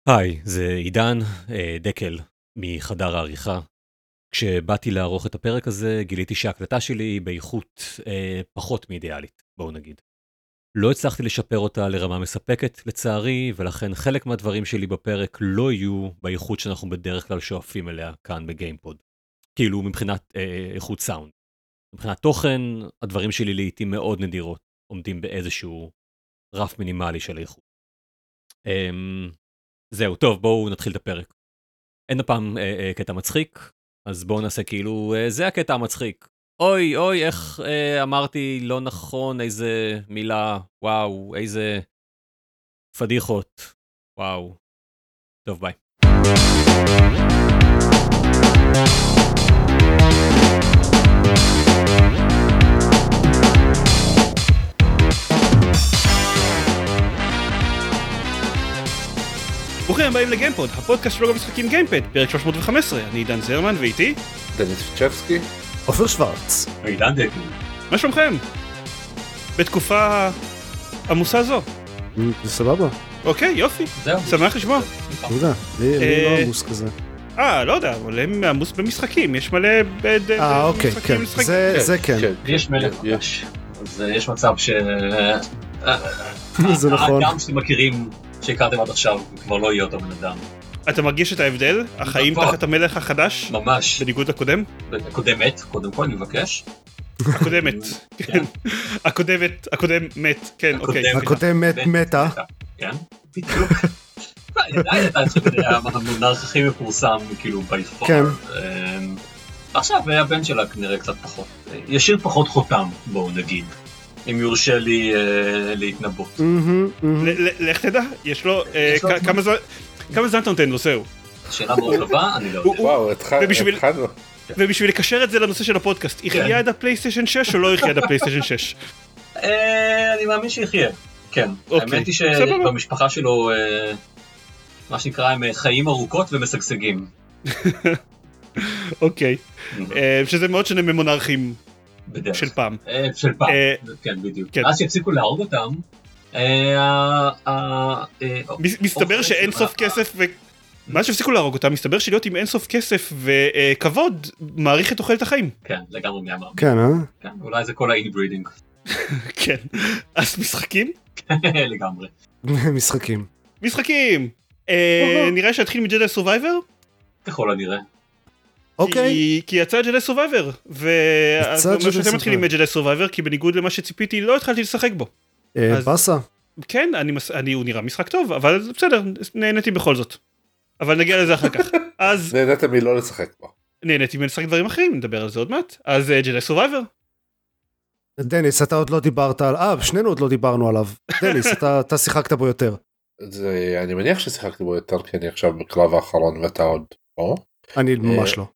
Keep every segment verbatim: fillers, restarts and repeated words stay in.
היי, זה עידן, אה, דקל, מחדר העריכה. כשבאתי לערוך את הפרק הזה, גיליתי שההקלטה שלי היא באיכות אה, פחות מאידיאלית, בואו נגיד. לא הצלחתי לשפר אותה לרמה מספקת, לצערי, ולכן חלק מהדברים שלי בפרק לא יהיו באיכות שאנחנו בדרך כלל שואפים אליה כאן בגיימפוד. כאילו מבחינת אה, איכות סאונד. מבחינת תוכן, הדברים שלי לעתים מאוד נדירות, עומדים באיזשהו רף מינימלי של איכות. אה, זהו, טוב, בואו נתחיל את הפרק. אין הפעם אה, אה, קטע מצחיק, אז בואו נעשה כאילו, אה, זה הקטע המצחיק. אוי, אוי, איך אה, אמרתי לא נכון, איזה מילה, וואו, איזה פדיחות, וואו. טוב, ביי. ברוכים הבאים לגיימפוד, הפודקאסט שלו במשחקים גיימפד, פרק שלוש מאות וחמש עשרה. אני עידן זרמן, ואיתי דניס פיצ'בסקי, עופר שוורץ, עידן דקל. מה שלומכם? בתקופה עמוסה זו. זה סבבה. אוקיי, יופי. זהו. שמח לשמוע. תודה, לי אה, לא עמוס כזה. אה, לא יודע, אבל הם עמוס במשחקים, יש מלא בד... אה, אוקיי, משחקים, כן, משחקים. זה זה כן, יש מלך חדש, אז אה, יש מצב ש... זה נכון. האדם שאתם מכירים, שהכרתם עד עכשיו, כבר לא יהיה אותו בן אדם. אתה מרגיש את ההבדל? החיים נכון. תחת המלך החדש? ממש. בניגוד לקודם? הקודמת, קודם כל, אני מבקש. הקודמת, כן. הקודמת, הקודם מת, כן, אוקיי. הקודם מת מתה. כן, בדיוק. עדיין אתה חושב המונרך הכי מפורסם, כאילו, ביפור. כן. עכשיו, הבן שלה כנראה קצת פחות. ישיר פחות חותם, בואו נגיד. אם יורשה לי להתנבאות. לך תדע, יש לו... כמה זמן אתה נותן לו, זהו. שאלה מאוד טובה, אני לא יודע. וואו, התחלנו. ובשביל לקשר את זה לנושא של הפודקאסט, יחיה עד הפלייסטיישן שש או לא יחיה עד הפלייסטיישן שש? אני מאמין שיחיה, כן. האמת היא שבמשפחה שלו, מה שנקרא, הם חיים ארוכות ומשגשגים. אוקיי, שזה מאוד שונה ממונרכים של פעם. של פעם, כן, בדיוק. אז שיפסיקו להרוג אותם, מסתבר שאין סוף כסף ו... מה שהפסיקו להרוג אותם, מסתבר שלהיות עם אין סוף כסף וכבוד מעריך את תוחלת החיים. כן, לגמרי מיאמר. כן, אה? כן, אולי זה כל האינברידינג. כן, אז משחקים? לגמרי. משחקים. משחקים! נראה שהתחיל מג'די סורווייבר? ככל הנראה. אוקיי. כי יצא ג'די סורווייבר, ואז אומר שאתם מתחילים מג'די סורווייבר, כי בניגוד למה שציפיתי לא התחלתי לשחק בו. בסה. כן, הוא נראה משחק טוב, אבל בסדר, נהניתי בכל זאת. אבל נגיע לזה אחר כך. אז... נהנית מי לא לשחק בו. נהניתי מלשחק דברים אחרים, נדבר על זה עוד מעט. אז ג'די סורווייבר. דניס, אתה עוד לא דיברת על... אה, שנינו עוד לא דיברנו עליו. דניס, אתה שיחקת בו יותר. אני מניח ששיחקתי בו יותר, כי אני עכשיו בקרב האחרון ואתה עוד פה. אני ממש לא.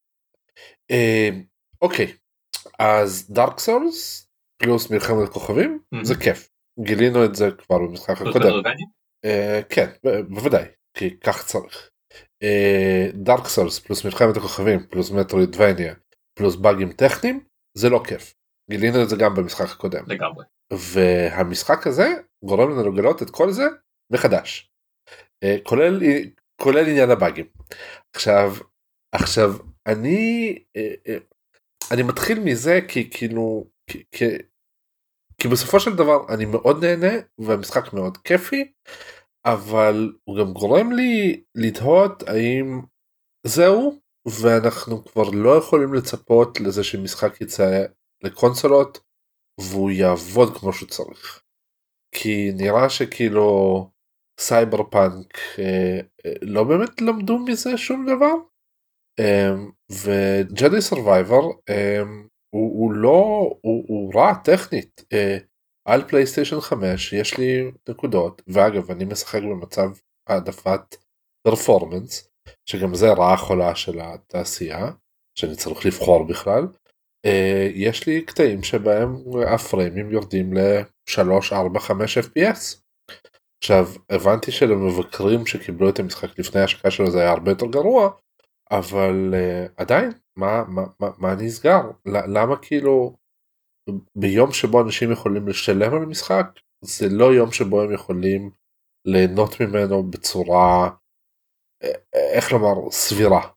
אוקיי, אז דארק סולס פלוס מלחמת כוכבים, זה כיף. גילינו את זה כבר במשחק הקודם. כן, בוודאי, כי כך צריך. דארק סולס פלוס מלחמת הכוכבים פלוס מטרוידבניה פלוס באגים טכניים, זה לא כיף. גילינו את זה גם במשחק הקודם. לגמרי. והמשחק הזה גורם לנו לגלות את כל זה מחדש. כולל, כולל עניין הבאגים. עכשיו, עכשיו, אני, אני מתחיל מזה כי כאילו, כי, כי, כי בסופו של דבר אני מאוד נהנה והמשחק מאוד כיפי, אבל הוא גם גורם לי לתהות האם זהו, ואנחנו כבר לא יכולים לצפות לזה שמשחק יצא לקונסולות והוא יעבוד כמו שהוא צריך. כי נראה שכאילו סייבר פאנק אה, אה, לא באמת למדו מזה שום דבר, אה, וג'די סורווייבר אה, הוא, הוא לא, הוא, הוא רע טכנית. אה, על פלייסטיישן חמש יש לי נקודות, ואגב אני משחק במצב העדפת פרפורמנס, שגם זה רעה חולה של התעשייה, שאני צריך לבחור בכלל. יש לי קטעים שבהם הפריימים יורדים ל-שלוש, ארבע, חמש אף פי אס. עכשיו, הבנתי שלמבקרים שקיבלו את המשחק לפני ההשקה שלו זה היה הרבה יותר גרוע, אבל עדיין, מה, מה, מה, מה נסגר? למה כאילו ביום שבו אנשים יכולים לשלם על המשחק, זה לא יום שבו הם יכולים ליהנות ממנו בצורה איך לומר, סבירה.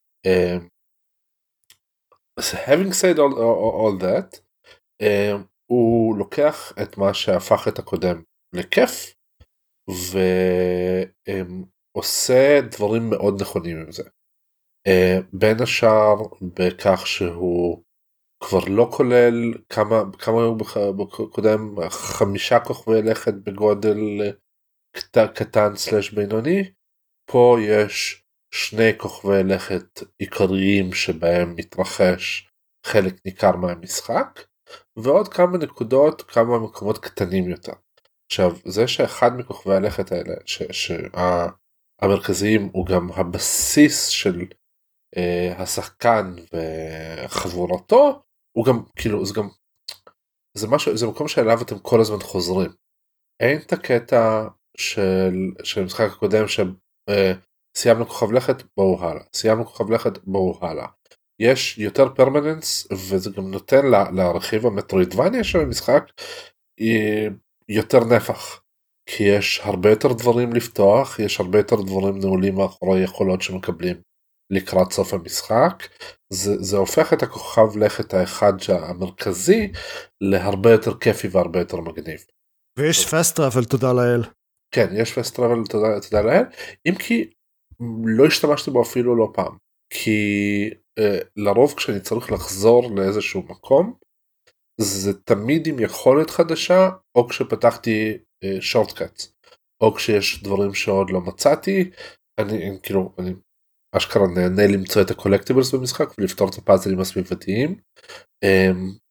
So having said all, all, all that, um, הוא לוקח את מה שהפך את הקודם לכיף, ועושה um, דברים מאוד נכונים עם זה. Uh, בין השאר בכך שהוא כבר לא כולל כמה, כמה היו בקודם, חמישה כוכבי לכת בגודל קט, קטן סלש בינוני, פה יש שני כוכבי לכת עיקריים שבהם מתרחש חלק ניכר מהמשחק, ועוד כמה נקודות, כמה מקומות קטנים יותר. עכשיו, זה שאחד מכוכבי הלכת האלה, שהמרכזיים הוא גם הבסיס של uh, השחקן וחבורתו, הוא גם, כאילו, זה גם, זה משהו, זה מקום שאליו אתם כל הזמן חוזרים. אין את הקטע של, של המשחק הקודם ש... Uh, סיימנו כוכב לכת, בואו הלאה. סיימנו כוכב לכת, בואו הלאה. יש יותר פרמננס, וזה גם נותן לה, להרחיב המטרוידבניה של המשחק יותר נפח. כי יש הרבה יותר דברים לפתוח, יש הרבה יותר דברים נעולים מאחורי יכולות שמקבלים לקראת סוף המשחק. זה, זה הופך את הכוכב לכת האחד המרכזי להרבה יותר כיפי והרבה יותר מגניב. ויש פסט טראבל, תודה לאל. כן, יש פסט טראבל, תודה, תודה לאל. אם כי לא השתמשתי בו אפילו לא פעם, כי אה, לרוב כשאני צריך לחזור לאיזשהו מקום, זה תמיד עם יכולת חדשה, או כשפתחתי אה, שורטקאטס, או כשיש דברים שעוד לא מצאתי, אני, אני כאילו, אני אשכרה נהנה למצוא את הקולקטיבלס במשחק, ולפתור את הפאזלים הסביבתיים, אה,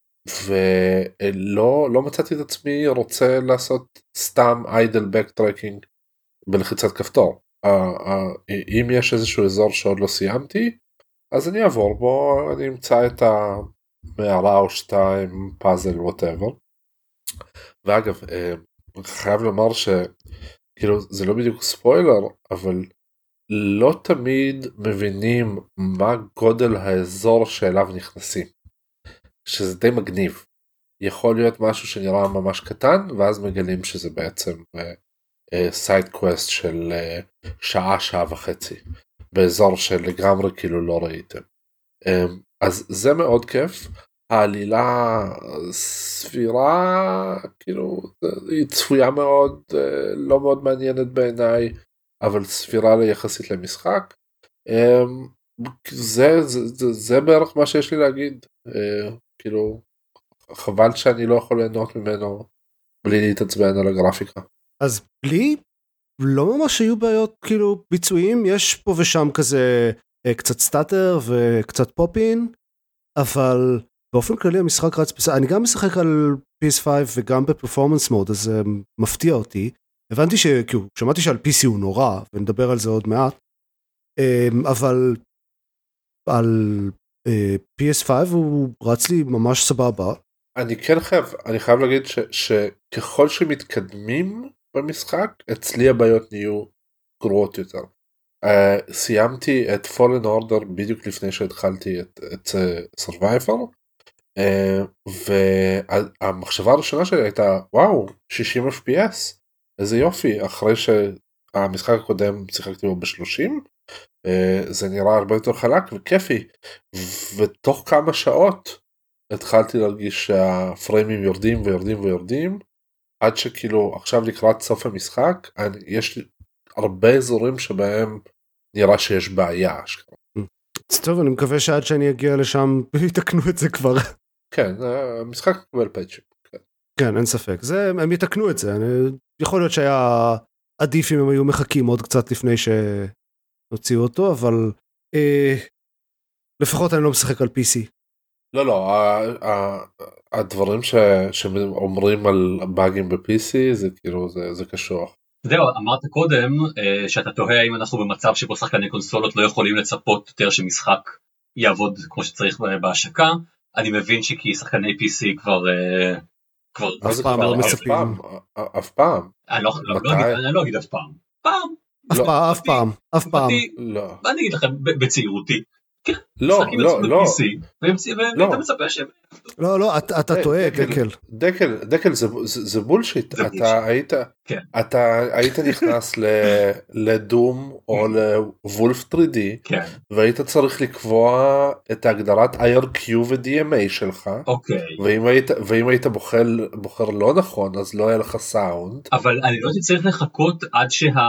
ולא לא מצאתי את עצמי רוצה לעשות סתם איידל בקטרקינג בלחיצת כפתור. אם יש איזשהו אזור שעוד לא סיימתי, אז אני אעבור בו, אני אמצא את המערה או שתיים, פאזל, whatever. ואגב, חייב לומר שכאילו זה לא בדיוק ספוילר, אבל לא תמיד מבינים מה גודל האזור שאליו נכנסים, שזה די מגניב. יכול להיות משהו שנראה ממש קטן, ואז מגלים שזה בעצם סייד קווסט של שעה, שעה וחצי, באזור שלגמרי כאילו לא ראיתם. אז זה מאוד כיף. העלילה סבירה, כאילו היא צפויה מאוד, לא מאוד מעניינת בעיניי, אבל סבירה ליחסית למשחק. זה, זה, זה, זה בערך מה שיש לי להגיד. כאילו חבל שאני לא יכול ליהנות ממנו בלי להתעצבן על הגרפיקה. אז בלי, לא ממש היו בעיות כאילו ביצועים, יש פה ושם כזה קצת סטאטר וקצת פופין, אבל באופן כללי המשחק רץ בסדר. אני גם משחק על פי אס חמש וגם בפרפורמנס מוד, אז זה מפתיע אותי. הבנתי שכאילו, שמעתי שעל פי סי הוא נורא, ונדבר על זה עוד מעט, אבל על פי אס חמש הוא רץ לי ממש סבבה. אני כן חייב, אני חייב להגיד ש, שככל שמתקדמים במשחק, אצלי הבעיות נהיו גרועות יותר. Uh, סיימתי את Fallen Order בדיוק לפני שהתחלתי את, את uh, Survivor, uh, והמחשבה הראשונה שלי הייתה, וואו, שישים אף פי אס, איזה יופי, אחרי שהמשחק הקודם שיחקתי בו ב-שלושים, uh, זה נראה הרבה יותר חלק וכיפי, ותוך כמה שעות התחלתי להרגיש שהפריימים יורדים ויורדים ויורדים, עד שכאילו עכשיו לקראת סוף המשחק, אני, יש לי הרבה אזורים שבהם נראה שיש בעיה. טוב, אני מקווה שעד שאני אגיע לשם יתקנו את זה כבר. כן, המשחק מקבל פייצ'ים. כן, אין ספק. זה, הם יתקנו את זה. אני, יכול להיות שהיה עדיף אם הם היו מחכים עוד קצת לפני שנוציאו אותו, אבל אה, לפחות אני לא משחק על פי סי. לא, לא, הדברים שאומרים על באגים ב-פי סי זה כאילו, זה קשוח. זהו, אמרת קודם שאתה תוהה אם אנחנו במצב שבו שחקני קונסולות לא יכולים לצפות יותר שמשחק יעבוד כמו שצריך בהשקה. אני מבין שכי שחקני פי סי כבר... אף פעם לא מצפים. אף פעם. אני לא אגיד אף פעם. פעם. אף פעם. אף פעם. אני אגיד לכם בצעירותי. לא, לא, לא. ואתה מצפה שהם לא, לא, אתה טועה, דקל. דקל, דקל, זה בולשיט. אתה היית, אתה היית נכנס לדום או לוולף תרי די, והיית צריך לקבוע את הגדרת איי אר קיו ו-די אם איי שלך, ואם היית בוחר לא נכון, אז לא היה לך סאונד. אבל אני לא צריך לחכות עד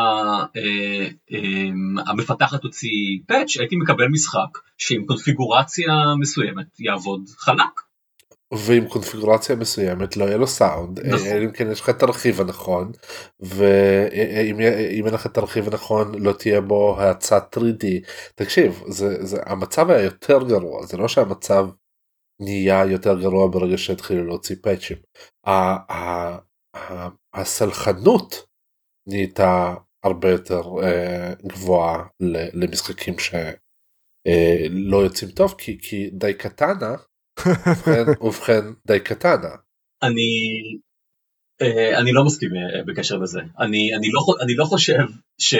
שהמפתחת תוציא פאץ', הייתי מקבל משחק שעם קונפיגורציה מסוימת יעבוד חלק. ועם קונפיגורציה מסוימת לא יהיה לו סאונד, אם כן יש לך את הרכיב הנכון, ואם אין לך את הרכיב הנכון לא תהיה בו האצה תרי די. תקשיב, המצב היה יותר גרוע, זה לא שהמצב נהיה יותר גרוע ברגע שהתחילו להוציא פאצ'ים. הסלחנות נהייתה הרבה יותר גבוהה למשחקים שלא יוצאים טוב, כי די קטנה, ובכן די קטנה. אני אני לא מסכים בקשר לזה. אני אני לא אני לא חושב ש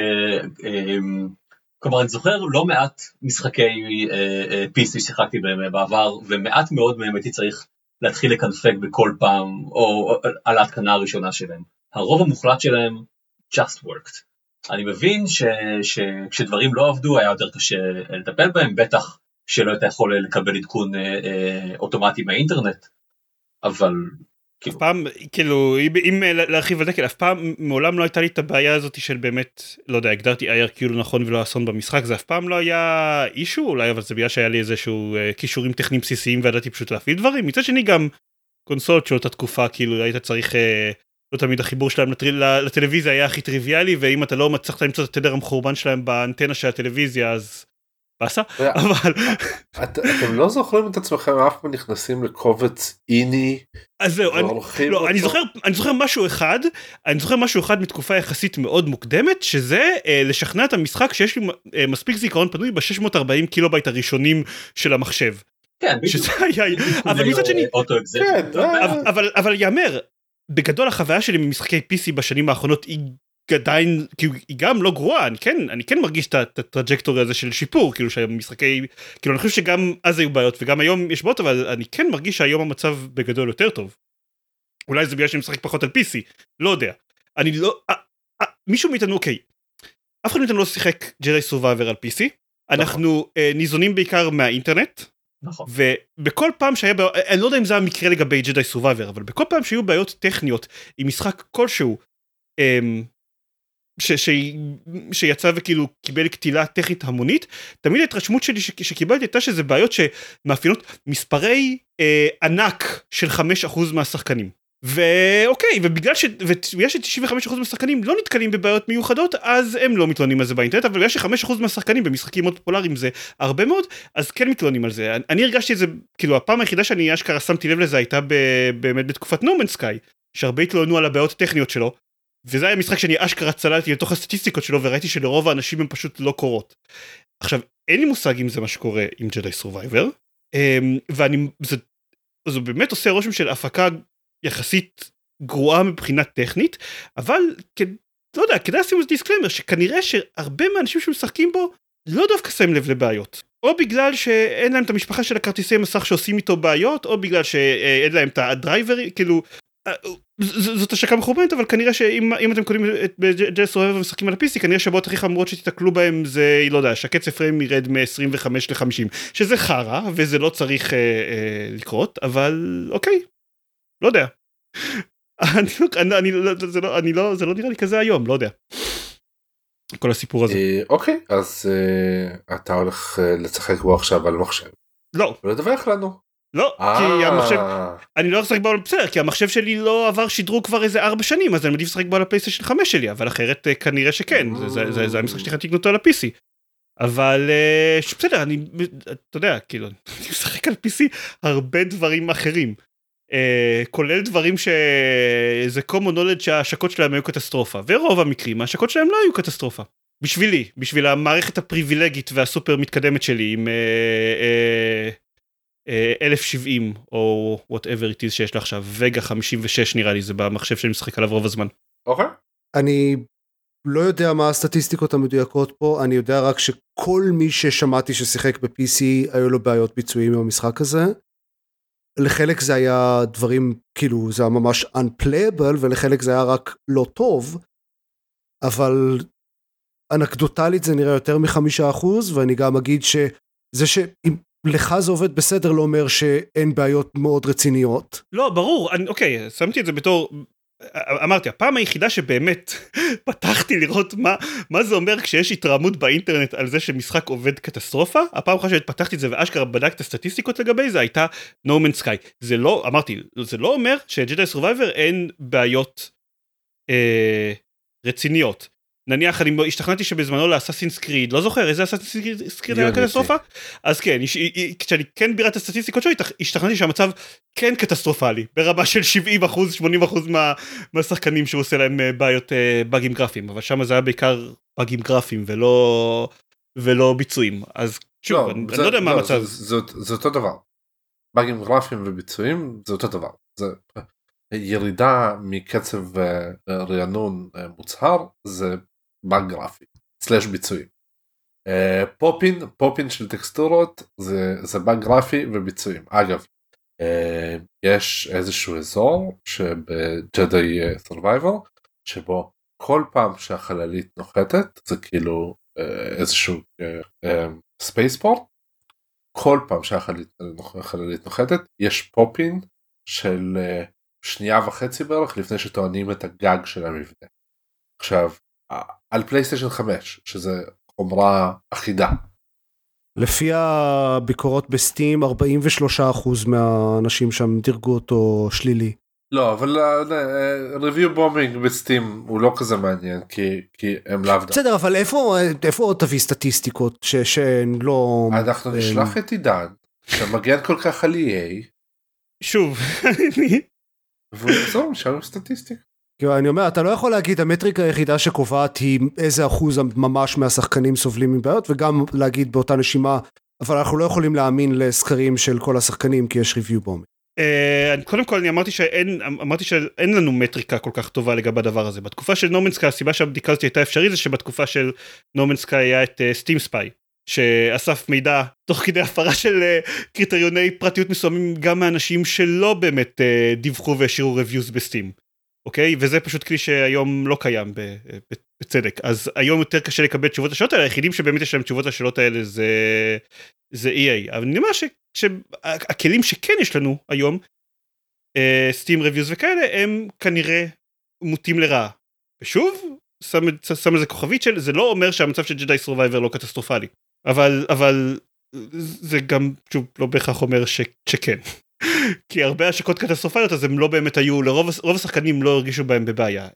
כלומר אני זוכר לא מעט משחקי פי סי ששיחקתי בהם בעבר, ומעט מאוד מהם הייתי צריך להתחיל לקנפג בכל פעם או על ההתקנה הראשונה שלהם. הרוב המוחלט שלהם just worked. אני מבין שכשדברים לא עבדו היה יותר קשה לטפל בהם, בטח שלא היית יכול לקבל עדכון אה, אה, אוטומטי מהאינטרנט, אבל אף פעם, כאילו, אם להרחיב על דקל, אף פעם מעולם לא הייתה לי את הבעיה הזאת של באמת, לא יודע, הגדרתי איי אר קיו לא נכון ולא אסון במשחק, זה אף פעם לא היה אישו, אולי, אבל זה בגלל שהיה לי איזשהו קישורים טכניים בסיסיים, וידעתי פשוט להפעיל דברים. מצד שני גם קונסולות של אותה תקופה, כאילו, היית צריך, לא תמיד החיבור שלהם לטלוויזיה היה הכי טריוויאלי, ואם אתה לא מצליחת למצוא את התדר המחורבן שלהם באנטנה של הטלוויזיה, אז פסה, אבל אתם לא זוכרים את עצמכם אף פעם נכנסים לקובץ איני? אז זהו, אני זוכר אני זוכר משהו אחד, אני זוכר משהו אחד מתקופה יחסית מאוד מוקדמת, שזה לשכנע את המשחק שיש לי מספיק זיכרון פנוי ב-שש מאות וארבעים קילובייט הראשונים של המחשב. כן, שזה היה, אבל מצד שני, אבל יאמר, בגדול החוויה שלי ממשחקי פי סי בשנים האחרונות היא עדיין, כאילו, היא גם לא גרועה, אני כן, אני כן מרגיש את הטראג'קטורי הזה של שיפור, כאילו שהמשחקי, כאילו אני חושב שגם אז היו בעיות וגם היום יש בעיות, אבל אני כן מרגיש שהיום המצב בגדול יותר טוב. אולי זה בגלל שאני משחק פחות על פי סי, לא יודע. אני לא, 아, 아, מישהו מאיתנו, אוקיי, אף אחד מאיתנו לא שיחק ג'די סורווייבר על פי סי, אנחנו אה, ניזונים בעיקר מהאינטרנט, נכון. ובכל פעם שהיה, אני לא יודע אם זה המקרה לגבי ג'די סורווייבר, אבל בכל פעם שהיו בעיות טכניות עם משחק כלשהו, אה, ש, ש, שיצא וכאילו קיבל קטילה טכנית המונית, תמיד ההתרשמות שלי ש, שקיבלתי הייתה שזה בעיות שמאפיינות מספרי אה, ענק של חמישה אחוז מהשחקנים. ואוקיי, ובגלל ש, ובגלל ש-תשעים וחמישה אחוז מהשחקנים לא נתקלים בבעיות מיוחדות, אז הם לא מתלוננים על זה באינטרנט, אבל בגלל ש-חמישה אחוז מהשחקנים במשחקים מאוד פופולריים זה הרבה מאוד, אז כן מתלוננים על זה. אני, אני הרגשתי את זה, כאילו הפעם היחידה שאני אשכרה שמתי לב לזה הייתה ב, באמת בתקופת No Man's Sky, שהרבה התלוננו על הבעיות הטכניות שלו, וזה היה משחק שאני אשכרה צללתי לתוך הסטטיסטיקות שלו, וראיתי שלרוב האנשים הם פשוט לא קורות. עכשיו, אין לי מושג אם זה מה שקורה עם ג'די סורווייבר, ואני, זה, זה באמת עושה רושם של הפקה יחסית גרועה מבחינה טכנית, אבל, לא יודע, כדאי לשים את דיסקליימר, שכנראה שהרבה מהאנשים שמשחקים בו, לא דווקא שמים לב לבעיות. או בגלל שאין להם את המשפחה של הכרטיסי מסך שעושים איתו בעיות, או בגלל שאין להם את הדרייבר, כאילו, זאת השקה מחורבנת, אבל כנראה שאם אתם קונים את ג'די סורווייבר ומשחקים על ה-פי סי, כנראה שהבעיות הכי חמורות שתתקלו בהם זה, לא יודע, שהקצב פריים ירד מ-עשרים וחמש ל-חמישים, שזה חרא, וזה לא צריך אה, אה, לקרות, אבל אוקיי, לא יודע. אני, אני, זה, לא, אני לא, זה לא נראה לי כזה היום, לא יודע. כל הסיפור הזה. אוקיי, אז אתה הולך לשחק בו עכשיו על מחשב. לא. ולדווח לנו. לא, כי המחשב, אני לא אשחק בו על בסדר, כי המחשב שלי לא עבר שדרוג כבר איזה ארבע שנים, אז אני מעדיף לשחק בו על הפלייסטיישן חמש שלי, אבל אחרת כנראה שכן, זה המשחק שלי חתיק אותו על ה-פי סי. אבל בסדר, אני, אתה יודע, כאילו, אני משחק על פי סי הרבה דברים אחרים, כולל דברים שזה common knowledge שההשקות שלהם היו קטסטרופה, ורוב המקרים ההשקות שלהם לא היו קטסטרופה. בשבילי, בשביל המערכת הפריבילגית והסופר מתקדמת שלי, עם אלף שבעים או whatever it is שיש לה עכשיו, וגה חמישים ושש נראה לי, זה במחשב שאני משחק עליו רוב הזמן. אוקיי. אני לא יודע מה הסטטיסטיקות המדויקות פה, אני יודע רק שכל מי ששמעתי ששיחק ב-פי סי היו לו בעיות ביצועים עם המשחק הזה, לחלק זה היה דברים, כאילו זה היה ממש unplayable, ולחלק זה היה רק לא טוב, אבל אנקדוטלית זה נראה יותר מחמישה אחוז, ואני גם אגיד שזה שאם לך זה עובד בסדר לא אומר שאין בעיות מאוד רציניות. לא, ברור, אני, אוקיי, שמתי את זה בתור, אמרתי, הפעם היחידה שבאמת פתחתי לראות מה, מה זה אומר כשיש התרעמות באינטרנט על זה שמשחק עובד קטסטרופה, הפעם אחת שפתחתי את זה ואשכרה בדק את הסטטיסטיקות לגבי זה, הייתה No Man's Sky. זה לא, אמרתי, זה לא אומר שג'די סורווייבר אין בעיות אה, רציניות. נניח, אני השתכנעתי שבזמנו לאסאסינס קריד, לא זוכר איזה אסאסינס קריד היה קטסטרופה? אז כן, כשאני כן בירה את הסטטיסטיקות שלו, השתכנעתי שהמצב כן קטסטרופלי, ברמה של שבעים אחוז, שמונים אחוז מהשחקנים שהוא עושה להם בעיות באגים גרפיים, אבל שם זה היה בעיקר באגים גרפיים ולא ביצועים, אז שוב, אני לא יודע מה המצב. זה אותו דבר, באגים גרפיים וביצועים זה אותו דבר, זה ירידה מקצב רענון מוצהר, זה באג גרפי, סלש ביצועים. פופין, פופין של טקסטורות, זה, זה באג גרפי וביצועים. אגב, יש איזשהו אזור שבג'די סורווייבר, שבו כל פעם שהחללית נוחתת, זה כאילו איזשהו ספייספורט, כל פעם שהחללית נוחתת, יש פופין של שנייה וחצי בערך לפני שטוענים את הגג של המבנה. עכשיו, על פלייסטיישן חמש, שזה חומרה אחידה. לפי הביקורות בסטים, ארבעים ושלושה אחוז מהאנשים שם דירגו אותו שלילי. לא, אבל ריוויו בומינג בסטים הוא לא כזה מעניין, כי, כי הם לאו דווקא. בסדר, אבל איפה, איפה תביא סטטיסטיקות ש, שהן לא... אנחנו נשלח את עידן, שמגן כל כך על אי איי. שוב, והוא יחזור משם סטטיסטיקה. אני אומר, אתה לא יכול להגיד, המטריקה היחידה שקובעת היא איזה אחוז ממש מהשחקנים סובלים מבעיות, וגם להגיד באותה נשימה, אבל אנחנו לא יכולים להאמין לסקרים של כל השחקנים, כי יש ריוויו בומינג. קודם כל אני אמרתי שאין, אמרתי שאין לנו מטריקה כל כך טובה לגבי הדבר הזה. בתקופה של No Man's Sky, הסיבה שהבדיקה הזאת הייתה אפשרית, זה שבתקופה של No Man's Sky היה את Steam Spy, שאסף מידע תוך כדי הפרה של קריטריוני פרטיות מסוימים, גם מאנשים שלא באמת דיווחו והשאירו ריוויוז בסטים. אוקיי? וזה פשוט כלי שהיום לא קיים בצדק. אז היום יותר קשה לקבל תשובות לשאלות האלה, היחידים שבאמת יש להם תשובות לשאלות האלה זה, זה אי איי. אבל אני אומר שהכלים שכן יש לנו היום, סטים ריוויוז וכאלה, הם כנראה מוטים לרעה. ושוב, שם, שם איזה כוכבית של, זה לא אומר שהמצב של ג'די סורווייבר לא קטסטרופלי. אבל, אבל זה גם, שוב, לא בהכרח אומר ש, שכן. כי הרבה השקות קטסטרופליות, אז הם לא באמת היו, לרוב רוב השחקנים לא הרגישו בהם בבעיה.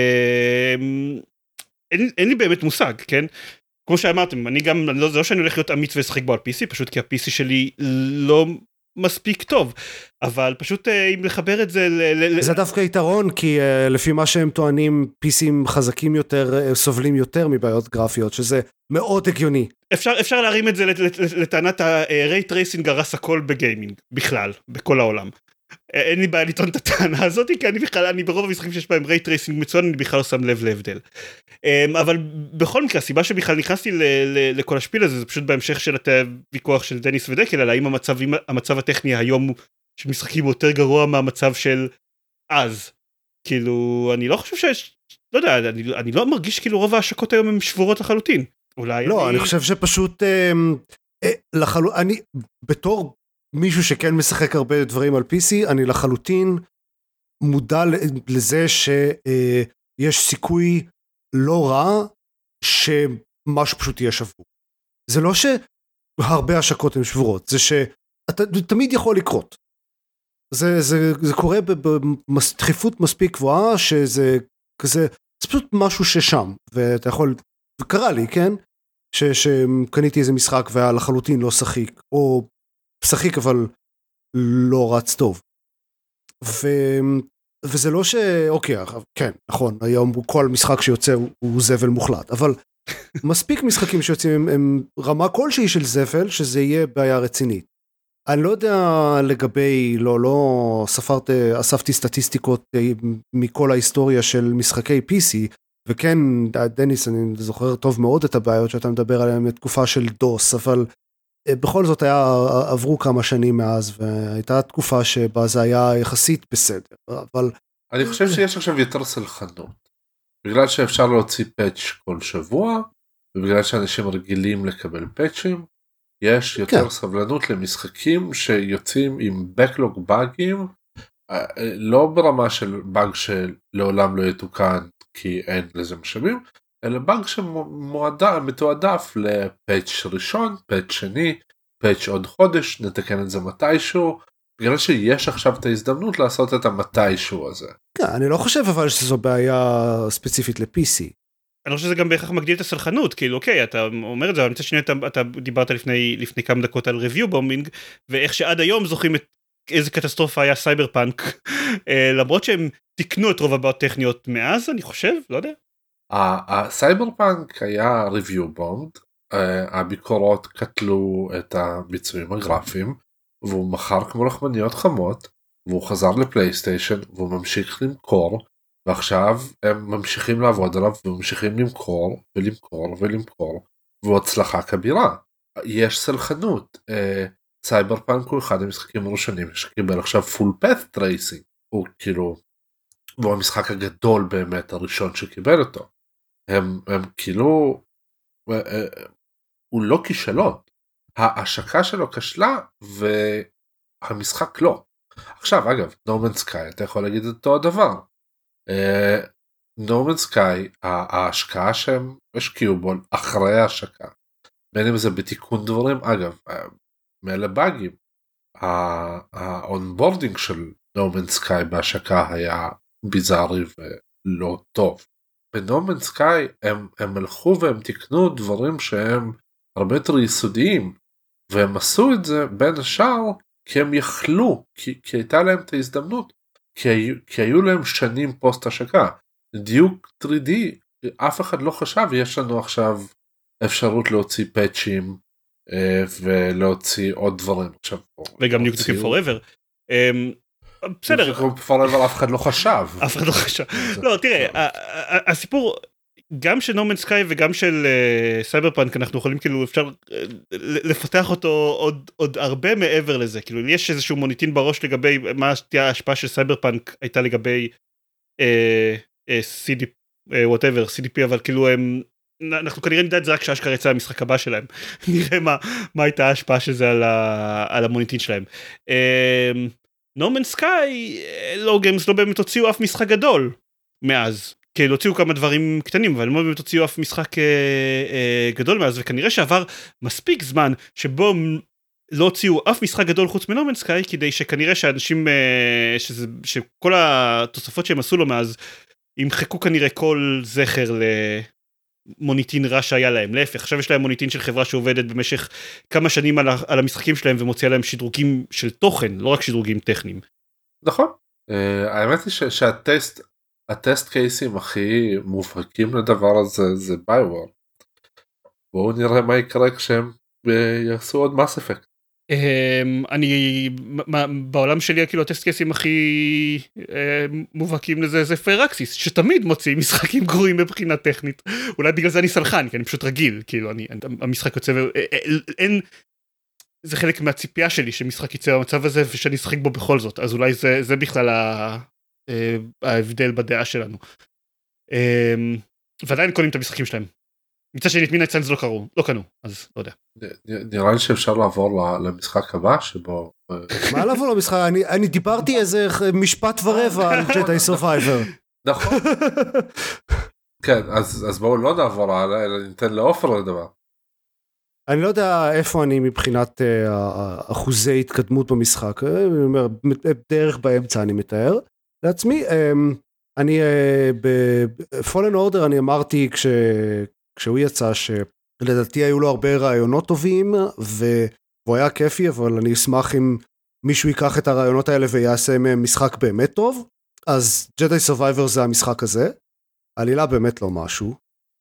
אין, אין לי באמת מושג, כן? כמו שאמרתם, אני גם, לא, זה לא שאני הולך להיות אמיץ ולשחק בו על פי סי, פשוט כי ה-פי סי שלי לא מספיק טוב, אבל פשוט אם לחבר את זה... ל- זה דווקא יתרון, כי uh, לפי מה שהם טוענים, פי סי'ים חזקים יותר, uh, סובלים יותר מבעיות גרפיות, שזה מאוד הגיוני. אפשר, אפשר להרים את זה לטענת ה-Ray Tracing הרס הכל בגיימינג, בכלל, בכל העולם. אין לי בעיה לטעון את הטענה הזאת, כי אני בכלל, אני ברוב המשחקים שיש בהם Ray Tracing מצוין, אני בכלל לא שם לב להבדל. אבל בכל מקרה, הסיבה שבכלל נכנסתי לכל השפיל הזה, זה פשוט בהמשך של הוויכוח של דניס ודקל, על האם המצב, המצב הטכני היום של משחקים הוא יותר גרוע מהמצב של אז. כאילו, אני לא חושב שיש, לא יודע, אני, אני לא מרגיש כאילו רוב ההשקות היום הן שבורות לחלוטין. אולי לא, אני... אני חושב שפשוט, אה, אה, לחלוט... אני, בתור מישהו שכן משחק הרבה דברים על פי סי, אני לחלוטין מודע לזה שיש סיכוי לא רע שמשהו פשוט יהיה שבור. זה לא שהרבה השקות הן שבורות, זה שתמיד יכול לקרות. זה, זה, זה קורה בדחיפות מספיק גבוהה, שזה כזה, זה פשוט משהו ששם, ואתה יכול, וקרה לי, כן? ש, שקניתי איזה משחק והיה לחלוטין לא שחיק, או שחיק אבל לא רץ טוב. ו, וזה לא ש... אוקיי, כן, נכון, היום כל משחק שיוצא הוא, הוא זבל מוחלט, אבל מספיק משחקים שיוצאים הם, הם רמה כלשהי של זבל, שזה יהיה בעיה רצינית. אני לא יודע לגבי, לא, לא ספרת, אספתי סטטיסטיקות מכל ההיסטוריה של משחקי פי סי, וכן, דניס, אני זוכר טוב מאוד את הבעיות שאתה מדבר עליהן בתקופה של דוס, אבל בכל זאת היה, עברו כמה שנים מאז, והייתה תקופה שבה זה היה יחסית בסדר, אבל... אני חושב שיש עכשיו יותר סלחנות, בגלל שאפשר להוציא פאץ' כל שבוע, ובגלל שאנשים רגילים לקבל פאצ'ים, יש יותר כן. סבלנות למשחקים שיוצאים עם backlog באגים, לא ברמה של באג שלעולם לא יתוקן כי אין לזה משאבים, אלא באג שמתועדף לפאץ' ראשון, פאץ' שני, פאץ' עוד חודש, נתקן את זה מתישהו, בגלל שיש עכשיו את ההזדמנות לעשות את המתישהו הזה. כן, אני לא חושב אבל שזו בעיה ספציפית ל-פי סי. אני חושב שזה גם בהכרח מגדיל את הסלחנות, כאילו אוקיי, אתה אומר את זה, אבל מצד שני אתה, אתה דיברת לפני, לפני כמה דקות על review bombing, ואיך שעד היום זוכרים את איזה קטסטרופה היה סייבר פאנק, למרות שהם תיקנו את רוב הבעיות טכניות מאז, אני חושב, לא יודע. הסייבר פאנק היה review bombed, הביקורות קטלו את הביצועים הגרפיים, והוא מכר כמו לחמניות חמות, והוא חזר לפלייסטיישן, והוא ממשיך למכור, ועכשיו הם ממשיכים לעבוד עליו, וממשיכים למכור, ולמכור, ולמכור, והוא הצלחה כבירה. יש סלחנות. סייבר פאנק הוא אחד המשחקים הראשונים, שקיבל עכשיו פול פאת' טרייסינג, הוא כאילו, הוא המשחק הגדול באמת, הראשון שקיבל אותו. הם, הם כאילו, הוא לא כישלון. ההשקה שלו כשלה, והמשחק לא. עכשיו, אגב, No Man's Sky, אתה יכול להגיד את אותו הדבר. No Man's Sky, ההשקעה שהם השקיעו בו אחרי ההשקה, בין אם זה בתיקון דברים, אגב, מאלה באגים, האונבורדינג של No Man's Sky בהשקה היה ביזארי ולא טוב. ב-No Man's Sky הם, הם הלכו והם תיקנו דברים שהם הרבה יותר יסודיים, והם עשו את זה בין השאר כי הם יכלו, כי, כי הייתה להם את ההזדמנות, כי היו, כי היו להם שנים פוסט השקה. דיוק תרי די, אף אחד לא חשב, יש לנו עכשיו אפשרות להוציא פאצ'ים, אה, ולהוציא עוד דברים. עכשיו, וגם דיוק תקים פוראבר. בסדר. דיוק פוראבר אף אחד לא חשב. אף אחד לא חשב. לא, תראה, הסיפור... גם של No Man's Sky וגם של סייבר uh, פאנק אנחנו יכולים כאילו אפשר uh, לפתח אותו עוד, עוד הרבה מעבר לזה, כאילו יש איזשהו מוניטין בראש לגבי מה תהיה ההשפעה של סייבר פאנק הייתה לגבי uh, uh, סי די, uh, whatever, סי די פי, אבל כאילו הם, אנחנו כנראה נדע את זה רק כשאשכרה יצא המשחק הבא שלהם, נראה מה, מה הייתה ההשפעה של זה על, ה, על המוניטין שלהם. Uh, No Man's Sky, לא גיימס לא באמת הוציאו אף משחק גדול מאז. כן, הוציאו כמה דברים קטנים, אבל לא באמת הוציאו אף משחק אה, אה, גדול מאז, וכנראה שעבר מספיק זמן שבו לא הוציאו אף משחק גדול חוץ מ-No Man's Sky, כדי שכנראה שאנשים, אה, שזה, שכל התוספות שהם עשו לו מאז, ימחקו כנראה כל זכר למוניטין רע שהיה להם. להפך, עכשיו יש להם מוניטין של חברה שעובדת במשך כמה שנים על, על המשחקים שלהם, ומוציאה להם שדרוגים של תוכן, לא רק שדרוגים טכניים. נכון. Uh, האמת היא ש- שהטסט, הטסט קייסים הכי מובהקים לדבר הזה זה ביוור. בואו נראה מה יקרה כשהם יעשו עוד מס אפקט. אני בעולם שלי כאילו הטסט קייסים הכי מובהקים לזה זה פיירקסיס, שתמיד מוצאים משחקים גרועים מבחינה טכנית. אולי בגלל זה אני סלחן, כי אני פשוט רגיל, כאילו אני, המשחק יוצא ואין, זה חלק מהציפייה שלי שמשחק יצא במצב הזה ושאני אשחק בו בכל זאת, אז אולי זה, זה בכלל ההבדל בדעה שלנו. ועדיין קונים את המשחקים שלהם. מצד שני את מינה צאנז לא קראו, לא קנו, אז לא יודע. נראה לי שאפשר לעבור למשחק הבא שבו... מה לעבור למשחק? אני דיברתי איזה משפט ורבע על ג'די סורווייבר. נכון. כן, אז בואו לא נעבור הלאה, אלא ניתן לאופר לדבר. אני לא יודע איפה אני מבחינת אחוזי התקדמות במשחק, דרך באמצע אני מתאר לעצמי. אני בפולן אורדר אני אמרתי כש... כשהוא יצא שלדעתי היו לו הרבה רעיונות טובים והוא היה כיפי, אבל אני אשמח אם מישהו ייקח את הרעיונות האלה ויעשה מהם משחק באמת טוב. אז ג'די סורווייבר זה המשחק הזה, העלילה באמת לא משהו,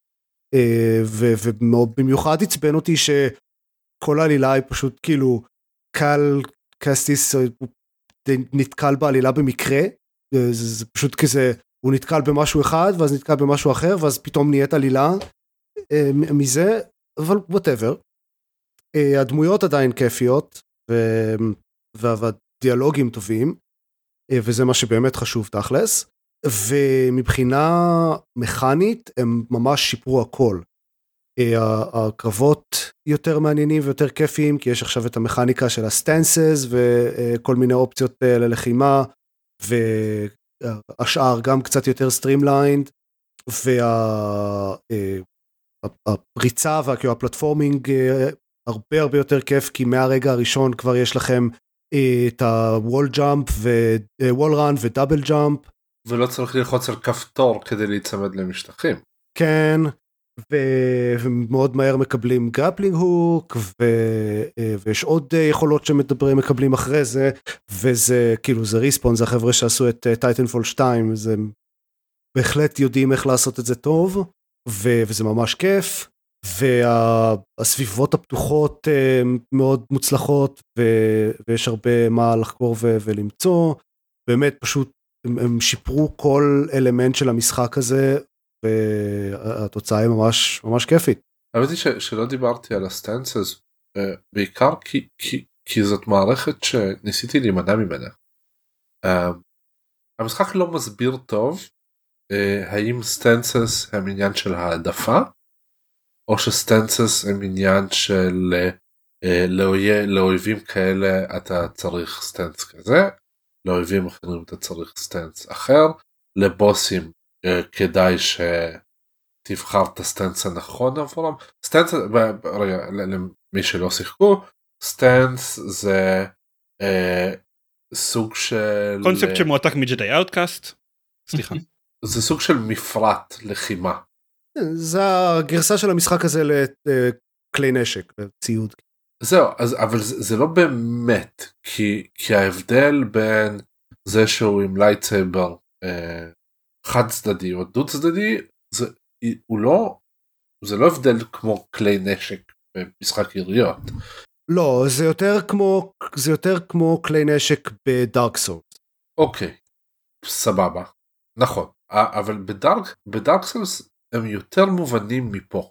ובמיוחד עצבן אותי שכל העלילה היא פשוט כאילו קל קסטיס נתקל בעלילה במקרה, זה פשוט כזה הוא נתקל במשהו אחד ואז נתקל במשהו אחר ואז פתאום נהיית עלילה מזה, אבל whatever. הדמויות עדיין כיפיות, והדיאלוגים טובים, וזה מה שבאמת חשוב תכלס, ומבחינה מכנית הם ממש שיפרו הכל. הקרבות יותר מעניינים ויותר כיפיים, כי יש עכשיו את המכניקה של הסטנסס, וכל מיני אופציות ללחימה, והשאר גם קצת יותר סטרימליינד, והפריצה והפלטפורמינג הרבה הרבה יותר כיף, כי מהרגע הראשון כבר יש לכם את הוול ג'אמפ ווול רן ודאבל ג'אמפ. ולא צריך ללחוץ על כפתור כדי להיצמד למשטחים. כן, ומאוד מהר מקבלים גרפלינג הוק, ויש עוד יכולות שמדברים מקבלים אחרי זה, וזה כאילו זה ריספון, זה החבר'ה שעשו את טייטנפול שתיים, זה בהחלט יודעים איך לעשות את זה טוב, וזה ממש כיף, והסביבות הפתוחות מאוד מוצלחות, ויש הרבה מה לחקור ולמצוא, באמת פשוט הם שיפרו כל אלמנט של המשחק הזה, והתוצאה היא ממש ממש כיפית. האמת היא ש- שלא דיברתי על הסטנסס, בעיקר כי, כי, כי זאת מערכת שניסיתי להימנע ממנה. Uh, המשחק לא מסביר טוב uh, האם סטנסס הם עניין של העדפה, או שסטנסס הם עניין של uh, לאויב, לאויבים כאלה אתה צריך סטנס כזה, לאויבים אחרים אתה צריך סטנס אחר, לבוסים כדאי שתבחר את הסטנס הנכון עבורם. סטנס, רגע, למי שלא שיחקו, סטנס זה אה, סוג של... קונספט שמועתק מג'די אאוטקאסט, סליחה. זה סוג של מפרט לחימה. זה הגרסה של המשחק הזה לכלי נשק, ציוד. זהו, אז, אבל זה, זה לא באמת, כי, כי ההבדל בין זה שהוא עם לייטסייבר אה, חד צדדי או דו צדדי, זה, הוא לא, זה לא הבדל כמו כלי נשק במשחק יריות. לא, זה יותר כמו, זה יותר כמו כלי נשק בדארק סולס. אוקיי, סבבה, נכון, אבל בדארק, בדארק סולס הם יותר מובנים מפה.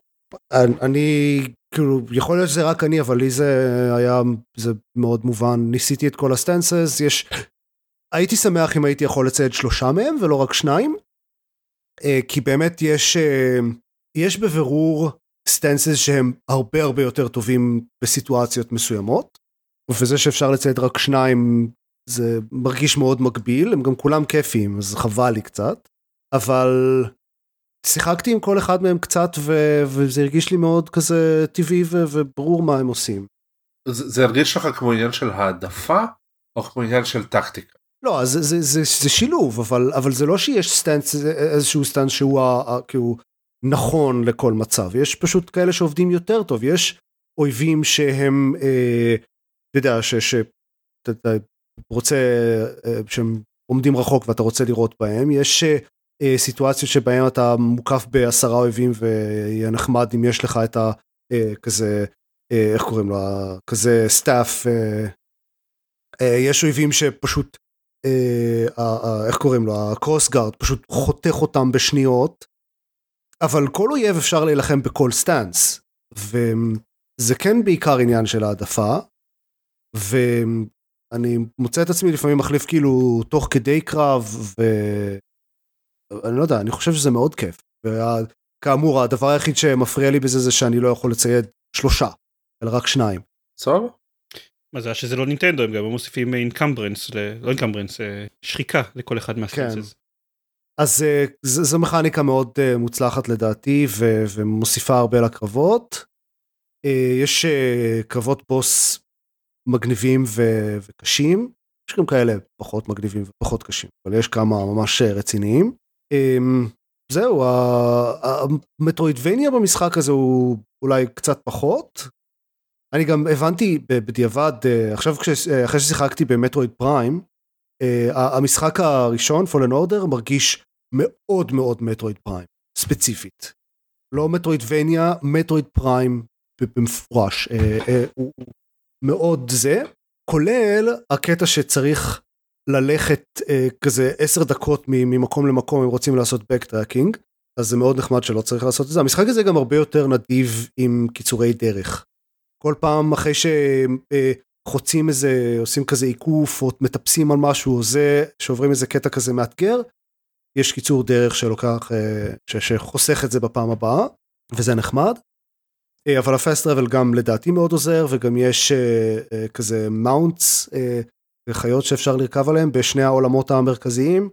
אני, כאילו, יכול להיות שזה רק אני, אבל לי זה היה, זה מאוד מובן, ניסיתי את כל הסטנסס, יש, הייתי שמח אם הייתי יכול לצייד שלושה מהם, ולא רק שניים, כי באמת יש, יש בבירור סטנסס שהם הרבה הרבה יותר טובים בסיטואציות מסוימות, וזה שאפשר לצייד רק שניים, זה מרגיש מאוד מקביל, הם גם כולם כיפים, אז חבל לי קצת, אבל... שיחקתי עם כל אחד מהם קצת, ו- וזה הרגיש לי מאוד כזה טבעי ו- וברור מה הם עושים. זה, זה הרגיש לך כמו עניין של העדפה, או כמו עניין של טקטיקה? לא, זה, זה, זה, זה שילוב, אבל, אבל זה לא שיש סטנס, איזשהו סטנס שהוא ה- כאילו נכון לכל מצב. יש פשוט כאלה שעובדים יותר טוב. יש אויבים שהם, אה, אתה יודע, ש- ש- אתה רוצה, אה, שהם עומדים רחוק ואתה רוצה לראות בהם. יש... אה, סיטואציות שבהם אתה מוקף בעשרה אויבים ויהיה נחמד אם יש לך את ה... כזה, איך קוראים לו? כזה סטאפ. יש אויבים שפשוט, איך קוראים לו? הקרוס גארד, פשוט חותך אותם בשניות, אבל כל אויב אפשר להילחם בכל סטנס, וזה כן בעיקר עניין של העדפה, ואני מוצא את עצמי לפעמים מחליף כאילו תוך כדי קרב, ו... אני לא יודע, אני חושב שזה מאוד כיף. וכאמור, הדבר היחיד שמפריע לי בזה זה שאני לא יכול לצייד שלושה, אלא רק שניים. סבבה? מה זה, שזה לא נינטנדו, הם גם מוסיפים אינקמברנס, לא אינקמברנס, שחיקה לכל אחד מהסטנסס. כן. אז זו מכניקה מאוד מוצלחת לדעתי, ומוסיפה הרבה לקרבות. יש קרבות בוס מגניבים וקשים, יש גם כאלה פחות מגניבים ופחות קשים, אבל יש כמה ממש רציניים. זהו, המטרואידבניה במשחק הזה הוא אולי קצת פחות. אני גם הבנתי בדיעבד, עכשיו אחרי ששיחקתי במטרואיד פריים, המשחק הראשון, Fallen Order, מרגיש מאוד מאוד מטרואיד פריים, ספציפית. לא מטרואידבניה, מטרואיד פריים במפורש. הוא מאוד זה, כולל הקטע שצריך ללכת אה, כזה עשר דקות ממקום למקום אם רוצים לעשות backtracking, אז זה מאוד נחמד שלא צריך לעשות את זה. המשחק הזה גם הרבה יותר נדיב עם קיצורי דרך. כל פעם אחרי שחוצים איזה, עושים כזה עיקוף, או מטפסים על משהו, או זה, שעוברים איזה קטע כזה מאתגר, יש קיצור דרך שלוקח, שחוסך את זה בפעם הבאה, וזה נחמד. אבל הפסט טראבל גם לדעתי מאוד עוזר, וגם יש כזה מאונטס, חיות שאפשר לרכב עליהם, בשני העולמות המרכזיים.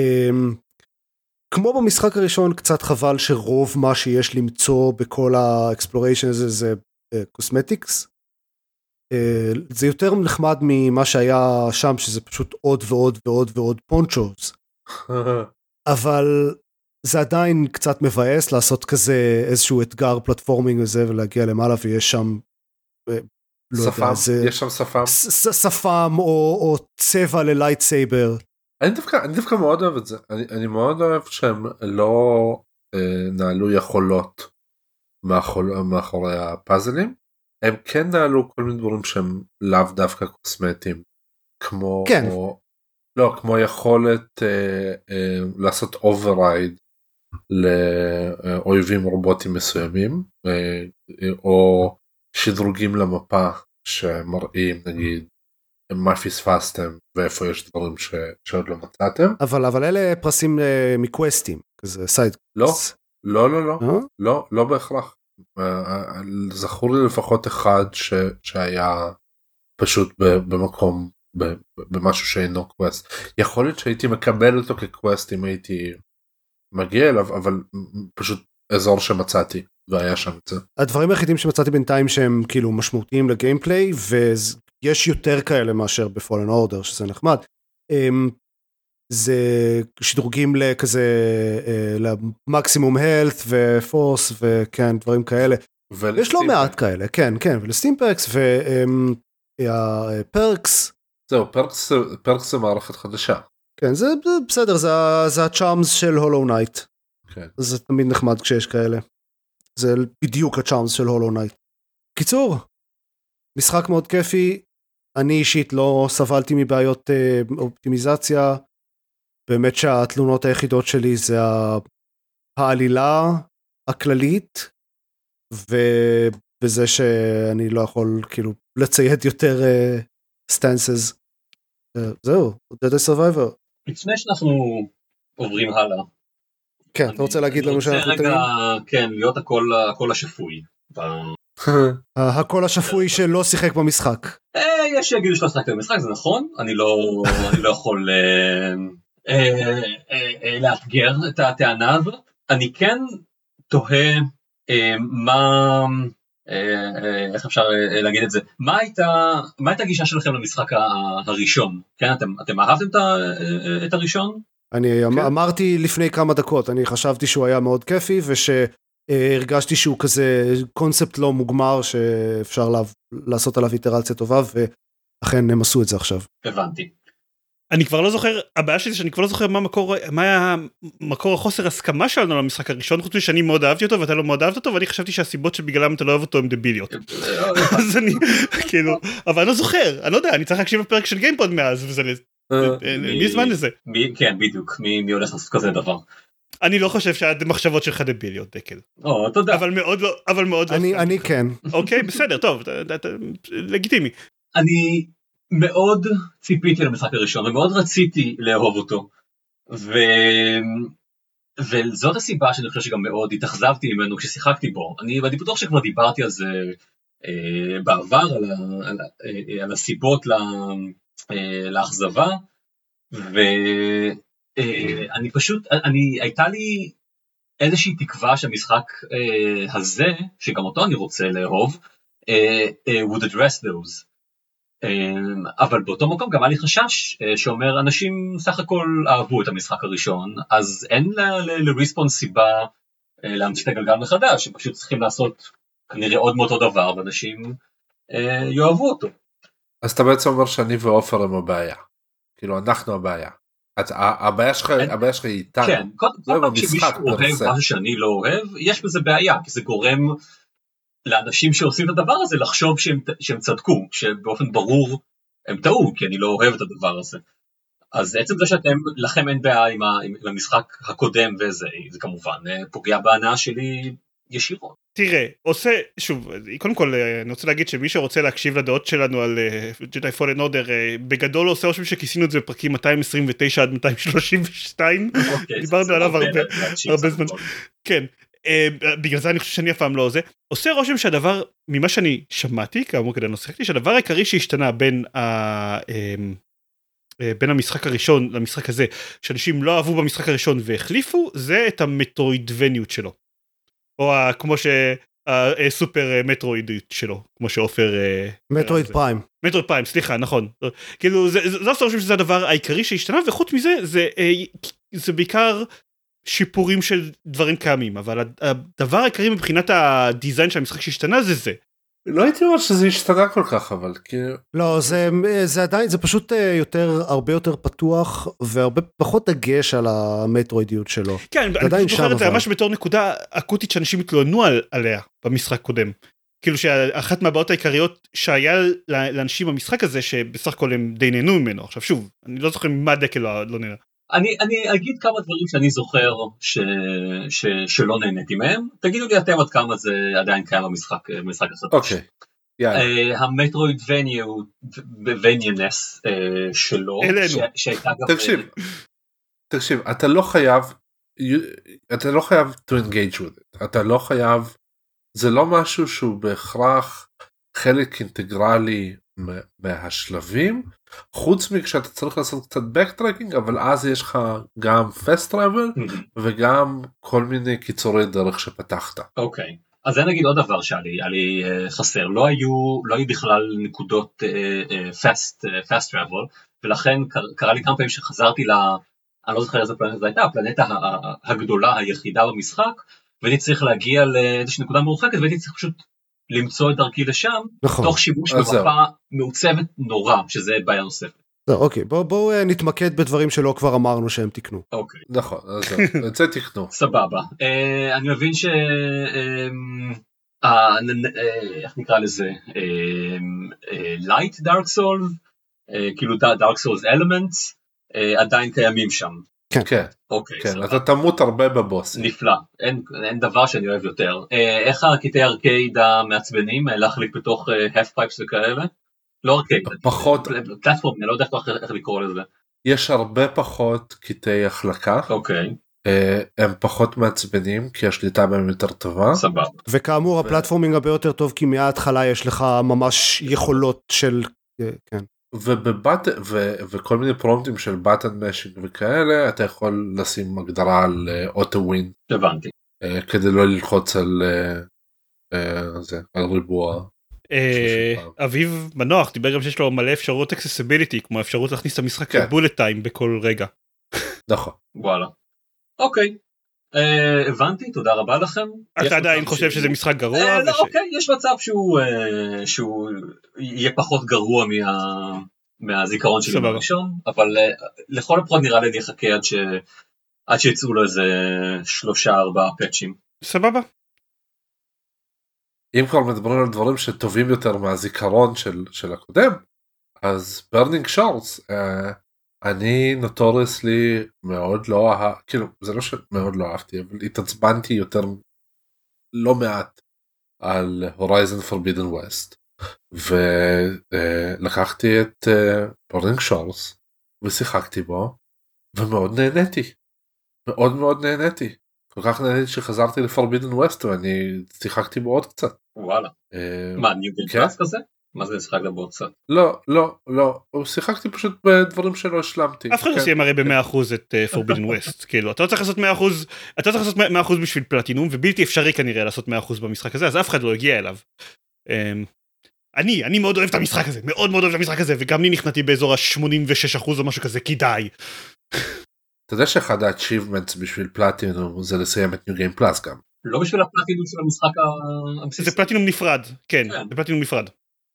כמו במשחק הראשון, קצת חבל שרוב מה שיש למצוא בכל האקספלוריישן הזה, זה קוסמטיקס. זה יותר נחמד ממה שהיה שם, שזה פשוט עוד ועוד ועוד ועוד פונצ'וז. אבל זה עדיין קצת מבאס לעשות כזה איזשהו אתגר פלטפורמינג וזה, ולהגיע למעלה ויש שם, לא יודע, זה... יש שם שפם? שפם או צבע ללייט סייבר. אני דווקא, אני דווקא מאוד אוהב את זה. אני, אני מאוד אוהב שהם לא אה, נעלו יכולות מאחור, מאחורי הפאזלים. הם כן נעלו כל מיני דברים שהם לאו דווקא קוסמטיים. כמו... כן. לא, כמו יכולת אה, אה, לעשות override לאויבים רובוטים מסוימים, אה, אה, או שדרוגים למפה שמראים, נגיד, מה פספסתם ואיפה יש דברים ש... שעוד לא מצאתם. אבל, אבל אלה פרסים אה, מקווסטים, כזה סייד. לא, לא, לא, לא, אה? לא, לא בהכרח. זכור לי לפחות אחד ש... שהיה פשוט במקום, במשהו שאינו קווסט. יכול להיות שהייתי מקבל אותו כקווסט אם הייתי מגיע אליו, אבל פשוט אזור שמצאתי והיה שם את זה. הדברים היחידים שמצאתי בינתיים שהם כאילו משמעותיים לגיימפליי, ויש יותר כאלה מאשר בפולן אורדר, שזה נחמד. זה שדרוגים לכזה, למקסימום הלת ופורס וכן, דברים כאלה. יש לא מעט כאלה, כן, כן, ולסטימפקס והפרקס. זהו, פרקס, פרקס זה מערכת חדשה. כן, זה בסדר, זה, זה הצ'ארמס של הולו נייט. כן. זה תמיד נחמד כשיש כאלה. זה בדיוק הצ'ארמס של הולו נייט. קיצור, משחק מאוד כיפי, אני אישית לא סבלתי מבעיות אה, אופטימיזציה, באמת שהתלונות היחידות שלי זה העלילה הכללית, ובזה שאני לא יכול כאילו לצייד יותר אה, סטנסס. אה, זהו, Dead by Survivor. לפני שאנחנו עוברים הלאה. כן, אתה רוצה להגיד לנו שאנחנו טעים? אני רוצה רגע, כן, להיות הקול השפוי. הקול השפוי שלא שיחק במשחק. יש שיגידו שלא שיחק במשחק, זה נכון, אני לא יכול לאתגר את הטענה הזאת. אני כן תוהה מה, איך אפשר להגיד את זה, מה הייתה, מה הייתה הגישה שלכם למשחק הראשון? כן, אתם אהבתם את הראשון? אני אמרתי לפני כמה דקות, אני חשבתי שהוא היה מאוד כיפי, ושהרגשתי שהוא כזה קונספט לא מוגמר, שאפשר לעשות עליו איטרציה טובה, ואכן הם עשו את זה עכשיו. הבנתי. אני כבר לא זוכר, הבעיה שלי שאני כבר לא זוכר מה מקור, מה היה מקור החוסר הסכמה שלנו למשחק הראשון, חוץ שאני מאוד אהבתי אותו ואתה לא מאוד אהבת אותו, ואני חשבתי שהסיבות שבגללם אתה לא אוהב אותו הם דביליות. אז אני, כאילו, אבל אני לא זוכר, אני לא יודע, אני צריך להקשיב בפרק של גיימפוד מאז, וזה, מי זמן לזה? כן, בדיוק, מי הולך לעשות כזה דבר? אני לא חושב שהמחשבות שלך דביליות, דקל. או, תודה. אבל מאוד לא, אבל מאוד לא. אני כן. אוקיי, בסדר, טוב, לגיטימי. אני מאוד ציפיתי למשחק הראשון, ומאוד רציתי לאהוב אותו, ו... וזאת הסיבה שאני חושב שגם מאוד התאכזבתי ממנו כששיחקתי בו. אני, ואני בטוח שכבר דיברתי על זה אה, בעבר, על, ה... על, אה, על הסיבות לה... אה, לאכזבה, ואני אה, פשוט, אני, הייתה לי איזושהי תקווה שהמשחק אה, הזה, שגם אותו אני רוצה לאהוב, אה, אה, would address those. אבל באותו מקום גם היה לי חשש שאומר אנשים סך הכל אהבו את המשחק הראשון, אז אין לריספון סיבה להמציא את הגלגל מחדש, הם פשוט צריכים לעשות כנראה עוד מאותו דבר ואנשים יאהבו אותו. אז אתה בעצם אומר שאני ואופר הם הבעיה, כאילו אנחנו הבעיה. הבעיה שלך היא איתנו. כן, כל פעם שמישהו אוהב משהו שאני לא אוהב, יש בזה בעיה, כי זה גורם לאנשים שעושים את הדבר הזה לחשוב שהם, שהם צדקו, שבאופן ברור הם טעו, כי אני לא אוהב את הדבר הזה. אז עצם זה שאתם, לכם אין בעיה עם, ה, עם המשחק הקודם וזה, זה כמובן פוגע בהנאה שלי ישירות. תראה, עושה, שוב, קודם כל אני רוצה להגיד שמי שרוצה להקשיב לדעות שלנו על ג'די פולן אורדר, בגדול עושה רושם שכיסינו את זה בפרקים מאתיים עשרים ותשע עד מאתיים שלושים ושתיים, דיברנו עליו הרבה זמן, כן, בגלל זה אני חושב שאני אף פעם לא זה, עושה רושם שהדבר, ממה שאני שמעתי, כאמור כדי נוסחתי, שהדבר העיקרי שהשתנה בין ה... בין המשחק הראשון למשחק הזה, שאנשים לא אהבו במשחק הראשון והחליפו, זה את המטרואידבניות שלו. או כמו שהסופר מטרואידיות שלו, כמו שאופר... מטרואיד פריים. מטרואיד פריים, סליחה, נכון. כאילו, זה עושה רושם שזה הדבר העיקרי שהשתנה, וחוץ מזה, זה בעיקר שיפורים של דברים קיימים, אבל הדבר העיקרי מבחינת הדיזיין של המשחק שהשתנה זה זה. לא הייתי אומר שזה השתנה כל כך, אבל כאילו... לא, זה, זה עדיין, זה פשוט יותר, הרבה יותר פתוח, והרבה פחות דגש על המטרואידיות שלו. כן, אני זוכר את זה ממש בתור נקודה אקוטית שאנשים התלוננו על, עליה במשחק קודם. כאילו שאחת מהבעיות העיקריות שהיה לאנשים במשחק הזה, שבסך הכל הם די נהנו ממנו. עכשיו שוב, אני לא זוכר מה דקל לא, לא נהנה. אני, אני אגיד כמה דברים שאני זוכר ש, ש, שלא נהניתי מהם, תגידו לי אתם עד כמה זה עדיין קיים במשחק, במשחק הסרט. אוקיי, יאללה. המטרואיד וניונס שלו, שהייתה גם... תקשיב, תקשיב, אתה לא חייב, אתה לא חייב to engage with it, אתה לא חייב, זה לא משהו שהוא בהכרח חלק אינטגרלי מהשלבים, חוץ מכשאתה צריך לעשות קצת backtracking, אבל אז יש לך גם fast travel וגם כל מיני קיצורי דרך שפתחת. אוקיי, אז זה נגיד עוד דבר שהיה לי חסר, לא היו, לא היו בכלל נקודות fast, fast travel, ולכן קרה לי כמה פעמים שחזרתי ל... אני לא זוכר איזה פלנטה זו הייתה, הפלנטה הגדולה היחידה במשחק, והייתי צריך להגיע לאיזושהי נקודה מרוחקת, והייתי צריך פשוט למצוא את דרכי לשם, נכון. תוך שימוש במפה מעוצבת נורא, שזה בעיה נוספת. אוקיי, בואו בוא, נתמקד בדברים שלא כבר אמרנו שהם תקנו. אוקיי. נכון, אז את זה תקנו. סבבה. אני מבין ש... איך נקרא לזה? Light Dark Souls, כאילו Dark Souls Elements, עדיין קיימים שם. כן, כן, אוקיי, כן, אתה תמות הרבה בבוסים. נפלא, אין, אין דבר שאני אוהב יותר. איך הקטעי ארקייד המעצבנים, להחליק בתוך half pipes וכאלה? לא ארקייד, פחות, פלטפורם, אני לא יודע איך, איך לקרוא לזה. יש הרבה פחות קטעי החלקה. אוקיי. הם פחות מעצבנים, כי השליטה בהם יותר טובה. סבבה. וכאמור, הפלטפורמינג הרבה יותר טוב, כי מההתחלה יש לך ממש יכולות של, כן. ובבת, ו, וכל מיני פרומטים של בטן משינג וכאלה, אתה יכול לשים הגדרה על אוטו ווין. הבנתי. כדי לא ללחוץ על זה, על ריבוע. אביב מנוח דיבר גם שיש לו מלא אפשרות אקססיביליטי, כמו אפשרות להכניס את המשחק לבולט טיים בכל רגע. נכון. וואלה. אוקיי. הבנתי, תודה רבה לכם. אתה עדיין חושב שזה משחק גרוע? אוקיי, יש מצב שהוא יהיה פחות גרוע מהזיכרון שלי בראשון, אבל לכל הפחות נראה לי נחכה עד שיצאו לו איזה שלושה ארבעה פאצ'ים. סבבה. אם כבר מדברים על דברים שטובים יותר מהזיכרון של הקודם, אז ברנינג שורס, אני נוטוריסלי מאוד לא אהב, כאילו זה לא שמאוד לא אהבתי, אבל התעצבנתי יותר לא מעט על הורייזן פורבידן ווסט, ולקחתי את ברנינג שורס ושיחקתי בו, ומאוד נהניתי, מאוד מאוד נהניתי, כל כך נהניתי שחזרתי לפורבידן ווסט, ואני שיחקתי בו עוד קצת. וואלה, מה, ניו גיים פלאס כזה? מה זה שיחק לבוא קצת? לא, לא, לא, שיחקתי פשוט בדברים שלא השלמתי. אף אחד לא סיים הרי ב-מאה אחוז את Forbidden West, כאילו, אתה לא צריך לעשות מאה אחוז, אתה צריך לעשות מאה אחוז בשביל פלטינום, ובלתי אפשרי כנראה לעשות מאה אחוז במשחק הזה, אז אף אחד לא הגיע אליו. אני, אני מאוד אוהב את המשחק הזה, מאוד מאוד אוהב את המשחק הזה, וגם אני נכנעתי באזור ה-שמונים ושש אחוז או משהו כזה, כדאי. אתה יודע שאחד ה-achievements בשביל פלטינום זה לסיים את ניו גיים פלאס גם. לא בשביל הפלטינום של המשחק הבסיסי. זה פלטינום נפרד, כן, זה פלטינום נפרד.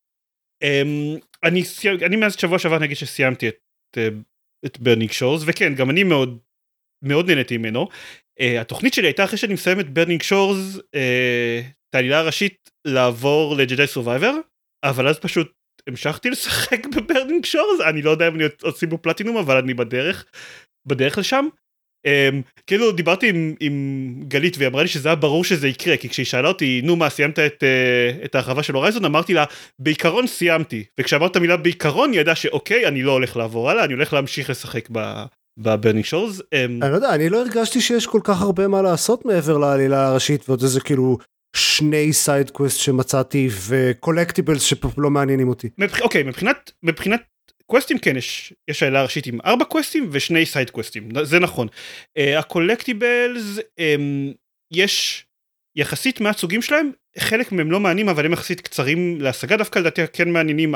אני, אני מאז שבוע שעבר נגיד שסיימתי את, את ברנינג שורס, וכן, גם אני מאוד, מאוד נהניתי ממנו. התוכנית שלי הייתה אחרי שאני מסיים את ברנינג שורס, את העלילה הראשית לעבור לג'די סורווייבר, אבל אז פשוט המשכתי לשחק בברנינג שורס, אני לא יודע אם אני עושים בו פלטינום, אבל אני בדרך, בדרך לשם, כאילו דיברתי עם גלית והיא אמרה לי שזה היה ברור שזה יקרה, כי כשהיא שאלה אותי, נו מה, סיימת את ההרחבה של הורייזון? אמרתי לה, בעיקרון סיימתי, וכשאמרת המילה בעיקרון, היא ידעה שאוקיי, אני לא הולך לעבור הלאה, אני הולך להמשיך לשחק בברנינג שורס. אני לא יודע, אני לא הרגשתי שיש כל כך הרבה מה לעשות מעבר לעלילה הראשית, ועוד איזה כאילו שני סייד קווסט שמצאתי, וקולקטיבלס שלא מעניינים אותי. אוקיי, מבחינת, מבחינת קווסטים כן, יש, יש העילה ראשית עם ארבע קווסטים ושני סייד קווסטים, זה נכון. הקולקטיבלס, יש יחסית מעט סוגים שלהם, חלק מהם לא מעניינים, אבל הם יחסית קצרים להשגה, דווקא לדעתי כן מעניינים,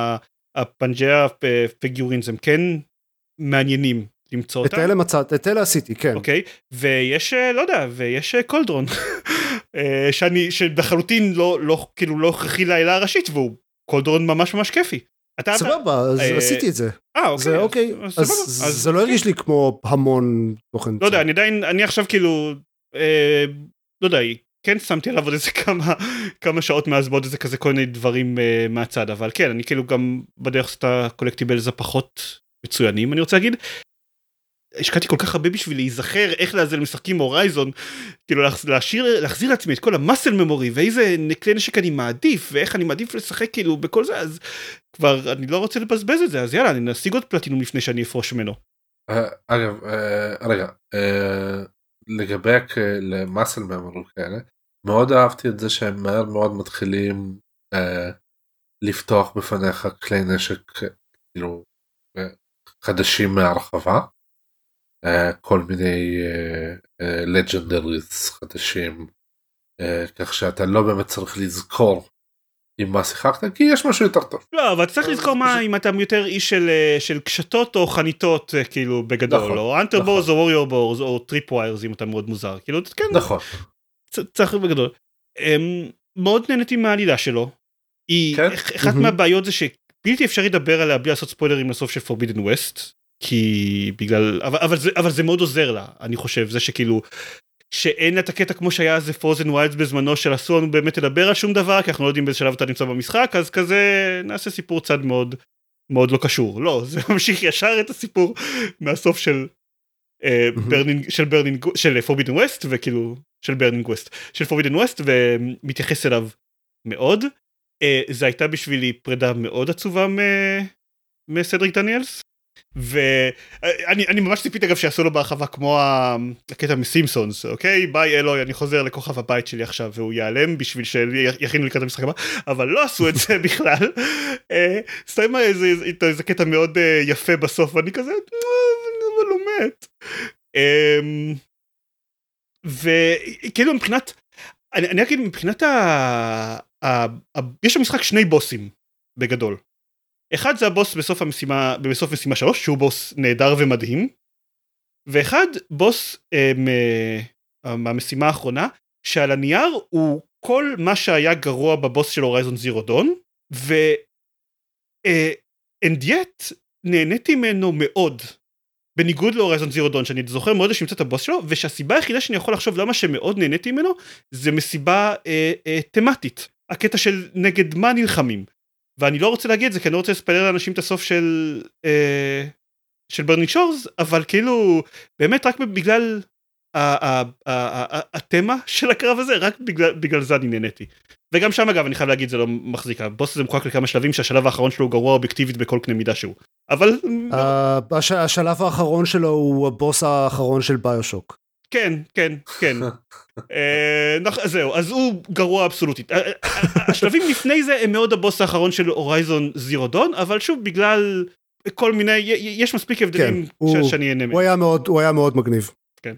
הפנג'ה פיגיורינס הם כן מעניינים למצוא אותם. את אלה מצאת, את אלה עשיתי, כן. אוקיי, ויש, לא יודע, ויש קולדרון, שאני, שבחלוטין לא, לא, כאילו לא הכרחי לעילה הראשית, והוא קולדרון ממש ממש כיפי. סבבה, אז עשיתי את זה. אה, אוקיי. זה אוקיי, אז זה לא הרגיש לי כמו המון תוכן. לא יודע, אני עדיין, אני עכשיו כאילו, לא יודע, כן שמתי עליו עוד איזה כמה שעות מאז בעוד איזה כזה כל מיני דברים מהצד, אבל כן, אני כאילו גם בדרך לעשות הקולקטיבלס הפחות מצוינים, אני רוצה להגיד, השקעתי כל כך הרבה בשביל להיזכר איך לעזל משחקים הורייזון, כאילו להשאיר, להחזיר לעצמי את כל המסל ממורי, ואיזה כלי נשק אני מעדיף, ואיך אני מעדיף לשחק כאילו בכל זה, אז כבר אני לא רוצה לבזבז את זה, אז יאללה, אני נשיג עוד פלטינום לפני שאני אפרוש ממנו. אגב, רגע, לגבי למסל ממורי כאלה, מאוד אהבתי את זה שהם מהר מאוד מתחילים לפתוח בפניך כלי נשק כאילו חדשים מהרחבה, כל מיני לג'נדריז חדשים, כך שאתה לא באמת צריך לזכור עם מה שיחקת, כי יש משהו יותר טוב. לא, אבל צריך לזכור מה אם אתה יותר איש של קשתות או חניתות, כאילו בגדול, או אנטרבורס או ווריור בורס או טריפ וויירס, אם אתה מאוד מוזר, כאילו, כן, נכון. צריך בגדול. מאוד נהניתי מהעלילה שלו, אחת מהבעיות זה שבלתי אפשר לדבר עליה בלי לעשות ספוילרים לסוף של Forbidden West, כי בגלל, אבל, אבל זה, אבל זה מאוד עוזר לה, אני חושב, זה שכאילו, שאין לה את הקטע כמו שהיה זה פרוזן ווילדס בזמנו, של אסור לנו באמת לדבר על שום דבר, כי אנחנו לא יודעים באיזה שלב אתה נמצא במשחק, אז כזה נעשה סיפור צד מאוד, מאוד לא קשור. לא, זה ממשיך ישר את הסיפור מהסוף של, אה, ברנינג, של ברנינג, של Forbidden West, וכאילו, של ברנינג ווסט, של Forbidden West, ומתייחס אליו מאוד. אה, זה הייתה בשבילי פרידה מאוד עצובה מ... מסדריק דניאלס. ואני אני ממש ציפית אגב שיעשו לו בהרחבה כמו הקטע מסימפסונס, אוקיי? ביי אלוי, אני חוזר לכוכב הבית שלי עכשיו, והוא ייעלם בשביל שיכינו לקראת המשחק הבא, אבל לא עשו את זה בכלל. סתם איזה, איזה קטע מאוד יפה בסוף, ואני כזה, אבל הוא מת. וכאילו מבחינת, אני, אני אגיד מבחינת ה... ה... ה... יש במשחק שני בוסים בגדול. אחד זה הבוס בסוף המשימה, בסוף משימה שלוש, שהוא בוס נהדר ומדהים, ואחד בוס אה, מהמשימה האחרונה, שעל הנייר הוא כל מה שהיה גרוע בבוס של הורייזון זירו דון, ו-and yet נהניתי ממנו מאוד, בניגוד להורייזון זירו דון, שאני זוכר מאוד שמצא את הבוס שלו, ושהסיבה היחידה שאני יכול לחשוב למה שמאוד נהניתי ממנו, זה מסיבה אה, אה, תמטית, הקטע של נגד מה נלחמים. ואני לא רוצה להגיד את זה, כי אני לא רוצה לספלר לאנשים את הסוף של אה, של ברנינג שורס, אבל כאילו, באמת רק בגלל התמה של הקרב הזה, רק בגלל, בגלל זה אני נהניתי. וגם שם אגב, אני חייב להגיד, זה לא מחזיק, הבוס הזה מוחק לכמה שלבים, שהשלב האחרון שלו הוא גרוע אובייקטיבית בכל קנה מידה שהוא. אבל... השלב האחרון שלו הוא הבוס האחרון של ביושוק. כן, כן, כן. זהו, אז הוא גרוע אבסולוטית. השלבים לפני זה הם מאוד הבוס האחרון של הורייזון זירו דון, אבל שוב, בגלל כל מיני, יש מספיק הבדלים שאני אהנה מהם. הוא היה מאוד מגניב. כן.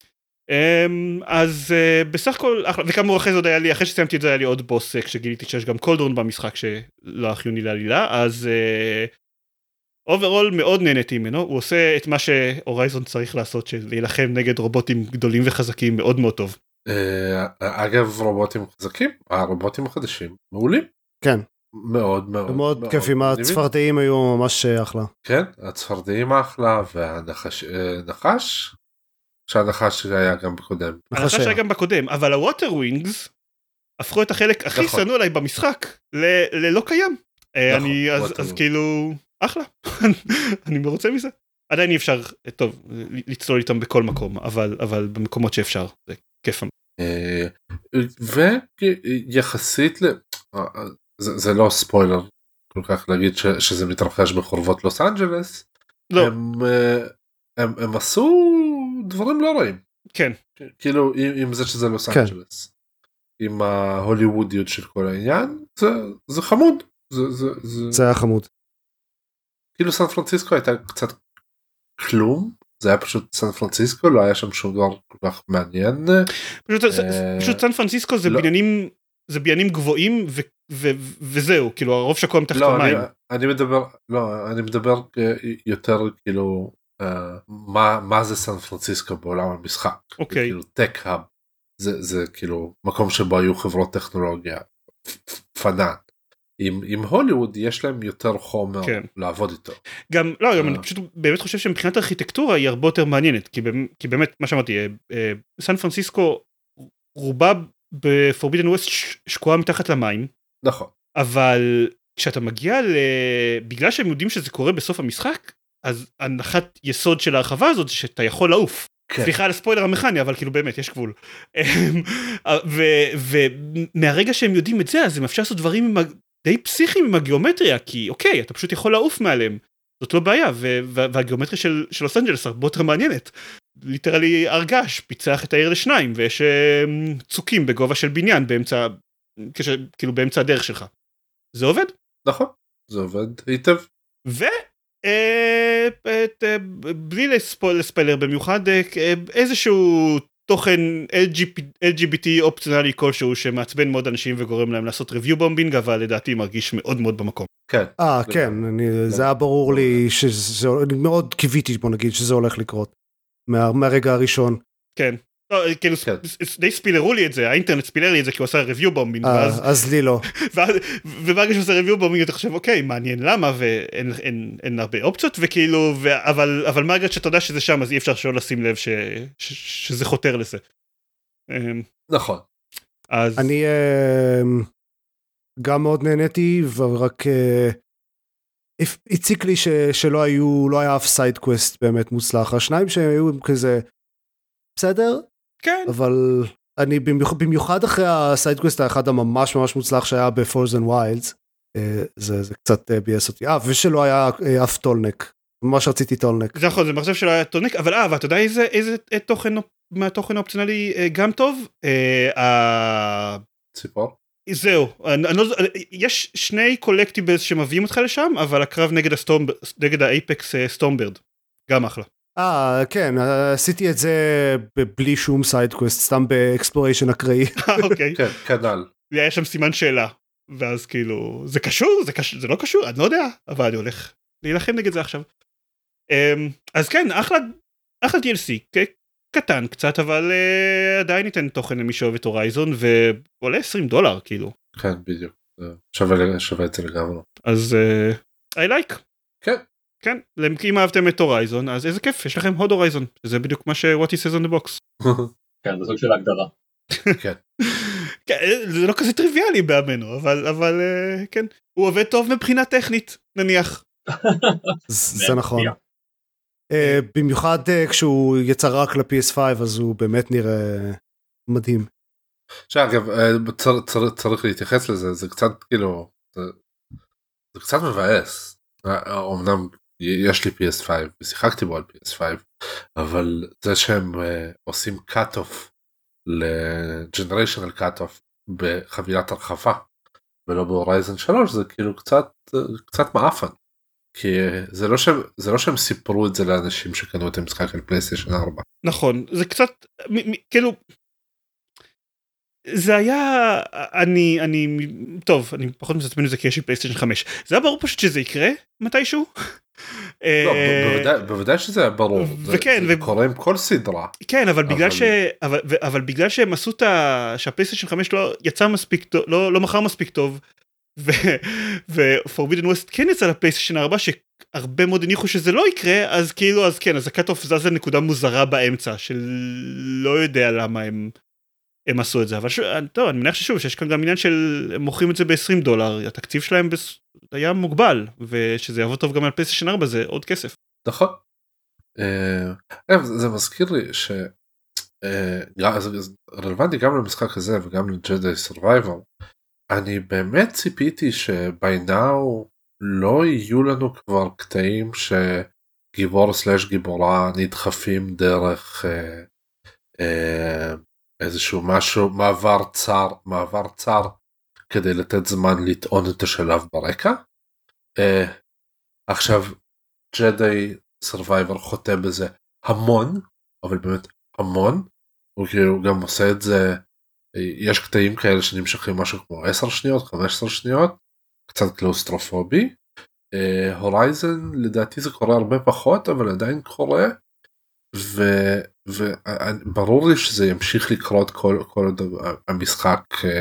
אז בסך הכל, וכאמור אחרי זה עוד היה לי, אחרי שסיימתי את זה היה לי עוד בוס, כשגיליתי שיש גם קולדרון במשחק שלא חיוני לעלילה, אז... אוברול מאוד נהניתי ממנו, הוא עושה את מה שהורייזון צריך לעשות, של להילחם נגד רובוטים גדולים וחזקים מאוד מאוד טוב. אגב רובוטים חזקים, הרובוטים החדשים מעולים. כן. מאוד מאוד. מאוד כיפים, הצפרדעים היו ממש אחלה. כן, הצפרדעים אחלה, והנחש, נחש? שהנחש היה גם בקודם. הנחש היה גם בקודם, אבל הווטר ווינגס הפכו את החלק הכי שנוא עליי במשחק, ללא קיים. אני, אז כאילו... אחלה, אני מרוצה מזה. עדיין אי אפשר, טוב, לצלול איתם בכל מקום, אבל, אבל במקומות שאפשר, זה כיף. ויחסית, זה, זה לא ספוילר כל כך להגיד ש, שזה מתרחש בחורבות לוס אנג'לס, לא. הם, הם, הם עשו דברים לא רעים. כן. כאילו, עם, עם זה שזה לוס כן. אנג'לס. עם ההוליוודיות של כל העניין, זה, זה חמוד. זה, זה, זה... זה היה חמוד. כאילו סן פרנסיסקו הייתה קצת כלום, זה היה פשוט סן פרנסיסקו, לא היה שם שום דבר כל כך מעניין. פשוט, אה... פשוט סן פרנסיסקו זה לא. בניינים, זה בניינים גבוהים ו, ו, וזהו, כאילו הרוב שקוע מתחת לא, למים. אני, אני מדבר, לא, אני מדבר יותר כאילו, אה, מה, מה זה סן פרנסיסקו בעולם המשחק. אוקיי. כאילו טק-האב, זה, זה כאילו מקום שבו היו חברות טכנולוגיה, פנן. עם, עם הוליווד יש להם יותר חומר כן. לעבוד איתו. גם, לא, גם אני פשוט באמת חושב שמבחינת הארכיטקטורה היא הרבה יותר מעניינת, כי, כי באמת, מה שאמרתי, סן פרנסיסקו רובה בפורבידן ווסט שקועה מתחת למים. נכון. אבל כשאתה מגיע ל... בגלל שהם יודעים שזה קורה בסוף המשחק, אז הנחת יסוד של ההרחבה הזאת, שאתה יכול לעוף. כן. סליחה על הספוילר המכני, אבל כאילו באמת, יש גבול. ומהרגע שהם יודעים את זה, אז הם אפשר לעשות דברים עם... די פסיכיים עם הגיאומטריה, כי אוקיי, אתה פשוט יכול לעוף מעליהם. זאת לא בעיה, והגיאומטריה של לוס אנג'לס הרבה יותר מעניינת. ליטרלי הרגש, פיצח את העיר לשניים, ויש צוקים בגובה של בניין, באמצע, כאילו באמצע הדרך שלך. זה עובד? נכון, זה עובד היטב. ו... בלי לספיילר במיוחד, איזשהו תוכן אל ג'י בי טי אופציונלי כלשהו שמעצבן מאוד אנשים וגורם להם לעשות ריוויו בומבינג, אבל לדעתי מרגיש מאוד מאוד במקום. כן. אה, כן, זה היה ברור לי, אני מאוד קיוויתי, בוא נגיד, שזה הולך לקרות, מהרגע הראשון. כן. כאילו די ספילרו לי את זה, האינטרנט ספילר לי את זה כי הוא עשה ריוויו בומבינג. אז לי לא. וברגע שהוא עושה ריוויו בומבינג אתה חושב אוקיי מעניין למה ואין הרבה אופציות וכאילו אבל מרגע שאתה יודע שזה שם אז אי אפשר שלא לשים לב שזה חותר לזה. נכון. אני גם מאוד נהניתי ורק הציק לי שלא היו לא היה אף סייד קווסט באמת מוצלח, השניים שהיו כזה בסדר? כן. אבל אני במיוחד, במיוחד אחרי הסיידקווסט האחד הממש ממש מוצלח שהיה בפורזן ויילדס, זה, זה קצת בייס אותי. אה, ושלא היה אף טולנק. ממש רציתי טולנק. זה נכון, זה מחשב שלא היה טולנק, אבל אה, ואתה יודע איזה, איזה תוכן, מהתוכן האופציונלי גם טוב? ציפור? זהו, אני, אני לא, יש שני קולקטיבלס שמביאים אותך לשם, אבל הקרב נגד הסטורם, נגד האייפקס סטורמברד. גם אחלה. אה, כן, עשיתי את זה בלי שום סיידקווסט, סתם באקספלוריישן אקראי. אוקיי. כן, כנ"ל. היה שם סימן שאלה, ואז כאילו, זה קשור, זה, קשור, זה לא קשור, אני לא יודע, אבל אני הולך להילחם נגד זה עכשיו. אז כן, אחלה, אחלה די אל סי, קטן קצת, אבל עדיין ניתן תוכן למי שאוהב את הורייזון, ועולה עשרים דולר, כאילו. כן, בדיוק, שווה את זה לגמרי. אז, I like. כן. כן, אם אהבתם את הורייזון, אז איזה כיף, יש לכם עוד הורייזון, זה בדיוק מה ש-What he says on the box. כן, זה סוג של הגדרה. כן. זה לא כזה טריוויאלי באמנו, אבל כן, הוא עובד טוב מבחינה טכנית, נניח. זה נכון. במיוחד כשהוא יצא רק ל-פי אס חמש, אז הוא באמת נראה מדהים. שאגב, צריך להתייחס לזה, זה קצת כאילו, זה קצת מבאס. אמנם יש לי פי אס חמש ושיחקתי בו על פי אס חמש, אבל זה שהם עושים cut-off ל-generational cut-off בחבילת הרחבה ולא בהורייזן שלוש, זה כאילו קצת קצת מאפן, כי זה לא שהם, זה לא שהם סיפרו את זה לאנשים שקנו את המשחק על פלייסטיישן ארבע. נכון, זה קצת כאילו זה היה, אני, אני, טוב, אני פחות מסתמן את זה כי יש לי פלייסטיישן חמש. זה היה ברור פשוט שזה יקרה מתישהו? לא, בוודאי שזה היה ברור. וכן, זה קורה עם כל סדרה. כן, אבל בגלל ש, אבל בגלל שהם עשו את, שהפלייסטיישן חמש לא יצא מספיק טוב, לא מכר מספיק טוב, ו-Forbidden West כן יצא לפלייסטיישן ארבע, שהרבה מאוד הניחו שזה לא יקרה, אז כאילו, אז כן, אז הקאט-אוף זז לנקודה מוזרה באמצע, של לא יודע למה הם... הם עשו את זה, אבל טוב, אני מניח ששוב, שיש כאן גם עניין של, הם מוכרים את זה ב-עשרים דולר, התקציב שלהם היה מוגבל, ושזה יעבוד טוב גם על פלייסטיישן ארבע, זה עוד כסף. נכון, זה מזכיר לי ש זה רלוונטי גם למשחק הזה וגם לג'די סרווייבר. אני באמת ציפיתי שבי נאו לא יהיו לנו כבר קטעים שגיבור סלש גיבורה נדחפים דרך אה, אה, איזשהו משהו, מעבר צר, מעבר צר כדי לתת זמן לטעון את השלב ברקע. אה, עכשיו ג'די סרווייבר חוטא בזה המון, אבל באמת המון, הוא כאילו גם עושה את זה, יש קטעים כאלה שנמשכים משהו כמו עשר שניות, חמש עשרה שניות, קצת קלאוסטרופובי. הורייזן לדעתי זה קורה הרבה פחות, אבל עדיין קורה, וברור לי שזה ימשיך לקרות כל, כל המשחק,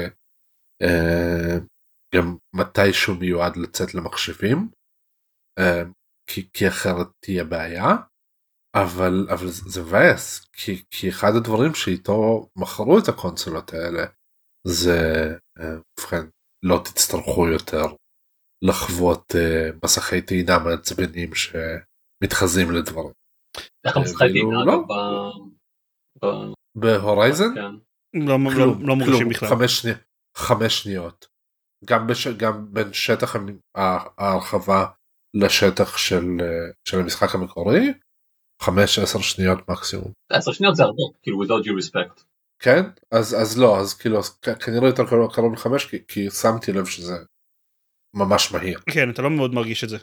גם מתישהו מיועד לצאת למחשבים, כי, כי אחרת תהיה בעיה. אבל, אבל זה מבאס, כי, כי אחד הדברים שאיתו מכרו את הקונסולות האלה, זה, ובכן, לא תצטרכו יותר לחוות uh, מסכי טעינה מעצבנים שמתחזים לדברים. איך מסכי טעינה לא? ב... בהורייזן? כן. לא, כלום, לא, לא מורגשים בכלל. חמש, שני... חמש שניות. גם, בש... גם בין שטח ההרחבה לשטח של, של המשחק המקורי, חמש עשר שניות מקסימום. עשר שניות זה הרבה, כאילו without due respect. כן? אז, אז לא, אז כאילו, אז כנראה יותר קרוב לחמש, כי, כי שמתי לב שזה ממש מהיר. כן, אתה לא מאוד מרגיש את זה.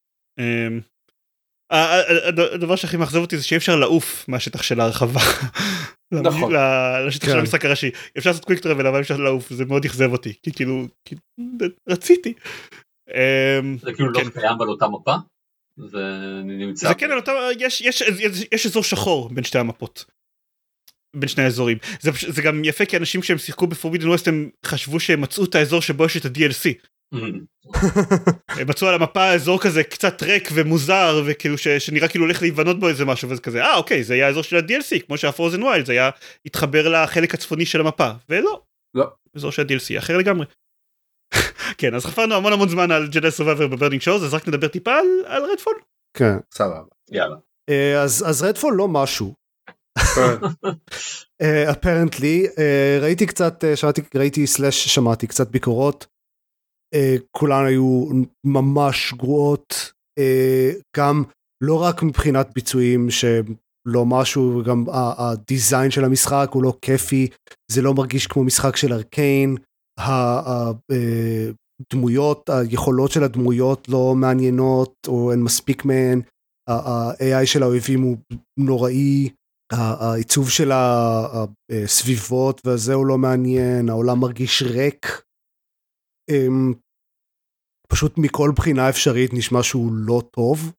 הדבר שהכי מאכזב אותי זה שאי אפשר לעוף מהשטח של ההרחבה. נכון. לשטח של המשחק הראשי. אפשר לעשות קוויק טראבל, אבל אפשר לעוף, זה מאוד יכזב אותי, כי כאילו, רציתי. זה כאילו לא קיים על אותה מפה? זה נמצא... זה כן, יש אזור שחור בין שתי המפות. בין שני האזורים. זה, זה גם יפה כי אנשים שהם שיחקו בפורבידן ווסט הם חשבו שהם מצאו את האזור שבו יש את ה-די אל סי. הם מצאו על המפה אזור כזה קצת ריק ומוזר וכאילו ש, שנראה כאילו הולך להיבנות בו איזה משהו וזה כזה, אה אוקיי, זה היה האזור של ה-די אל סי, כמו שהפרוזן ווילד, זה היה התחבר לחלק הצפוני של המפה, ולא. לא. אזור של ה-די אל סי, אחר לגמרי. כן, אז חפרנו המון המון זמן על ג'די סרווייבר בברנינג שורס, אז רק נדבר טיפה על, על רדפול. כן. סבבה. יאללה. אז, אז רדפול לא משהו. אפרנטלי, ראיתי קצת, שמעתי, ראיתי סלש שמעתי קצת ביקורות, כולן היו ממש גרועות, גם לא רק מבחינת ביצועים שלא משהו, גם הדיזיין של המשחק הוא לא כיפי, זה לא מרגיש כמו משחק של ארקיין, הדמויות, היכולות של הדמויות לא מעניינות, או אין מספיק מהן, ה-איי איי של האויבים הוא נוראי, העיצוב של הסביבות וזה הוא לא מעניין, העולם מרגיש ריק, פשוט מכל בחינה אפשרית נשמע שהוא לא טוב,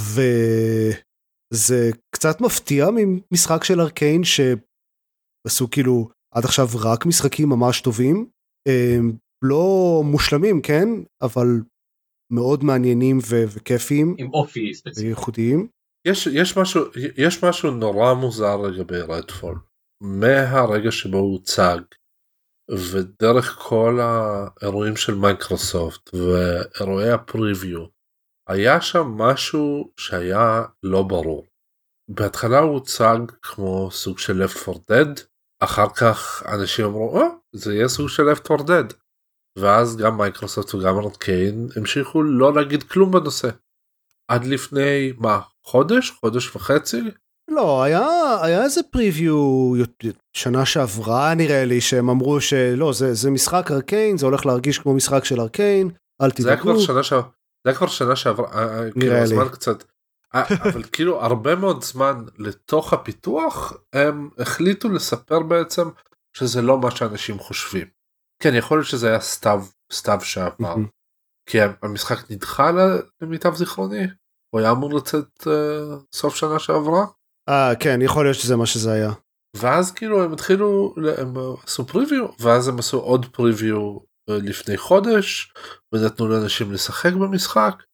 וזה קצת מפתיע ממשחק של ארקיין שעשו כאילו עד עכשיו רק משחקים ממש טובים, לא מושלמים כן, אבל מאוד מעניינים וכיפיים, עם אופי ספציפי, וייחודיים. יש, יש משהו, יש משהו נורא מוזר לגבי רדפול, מהרגע שבו הוא הוצג, ודרך כל האירועים של מייקרוסופט, ואירועי הפריוויו, היה שם משהו שהיה לא ברור. בהתחלה הוא הוצג כמו סוג של Left four Dead, אחר כך אנשים אמרו, אה, זה יהיה סוג של Left four Dead, ואז גם מייקרוסופט וגם ארקיין המשיכו לא להגיד כלום בנושא. עד לפני, מה, חודש? חודש וחצי? לא, היה, היה איזה פריוויו שנה שעברה נראה לי, שהם אמרו שלא, זה, זה משחק ארקיין, זה הולך להרגיש כמו משחק של ארקיין, אל תדאגו. זה היה כבר שנה שעברה, זה היה כבר שנה שעברה, כאילו הזמן קצת, אבל כאילו הרבה מאוד זמן לתוך הפיתוח, הם החליטו לספר בעצם שזה לא מה שאנשים חושבים. כן, יכול להיות שזה היה סתיו, סתיו שעבר. כי המשחק נדחה למיטב זיכרוני, הוא היה אמור לצאת uh, סוף שנה שעברה. אה כן, יכול להיות שזה מה שזה היה. ואז כאילו הם התחילו, הם עשו פריוויו, ואז הם עשו עוד פריוויו לפני חודש, ונתנו לאנשים לשחק במשחק,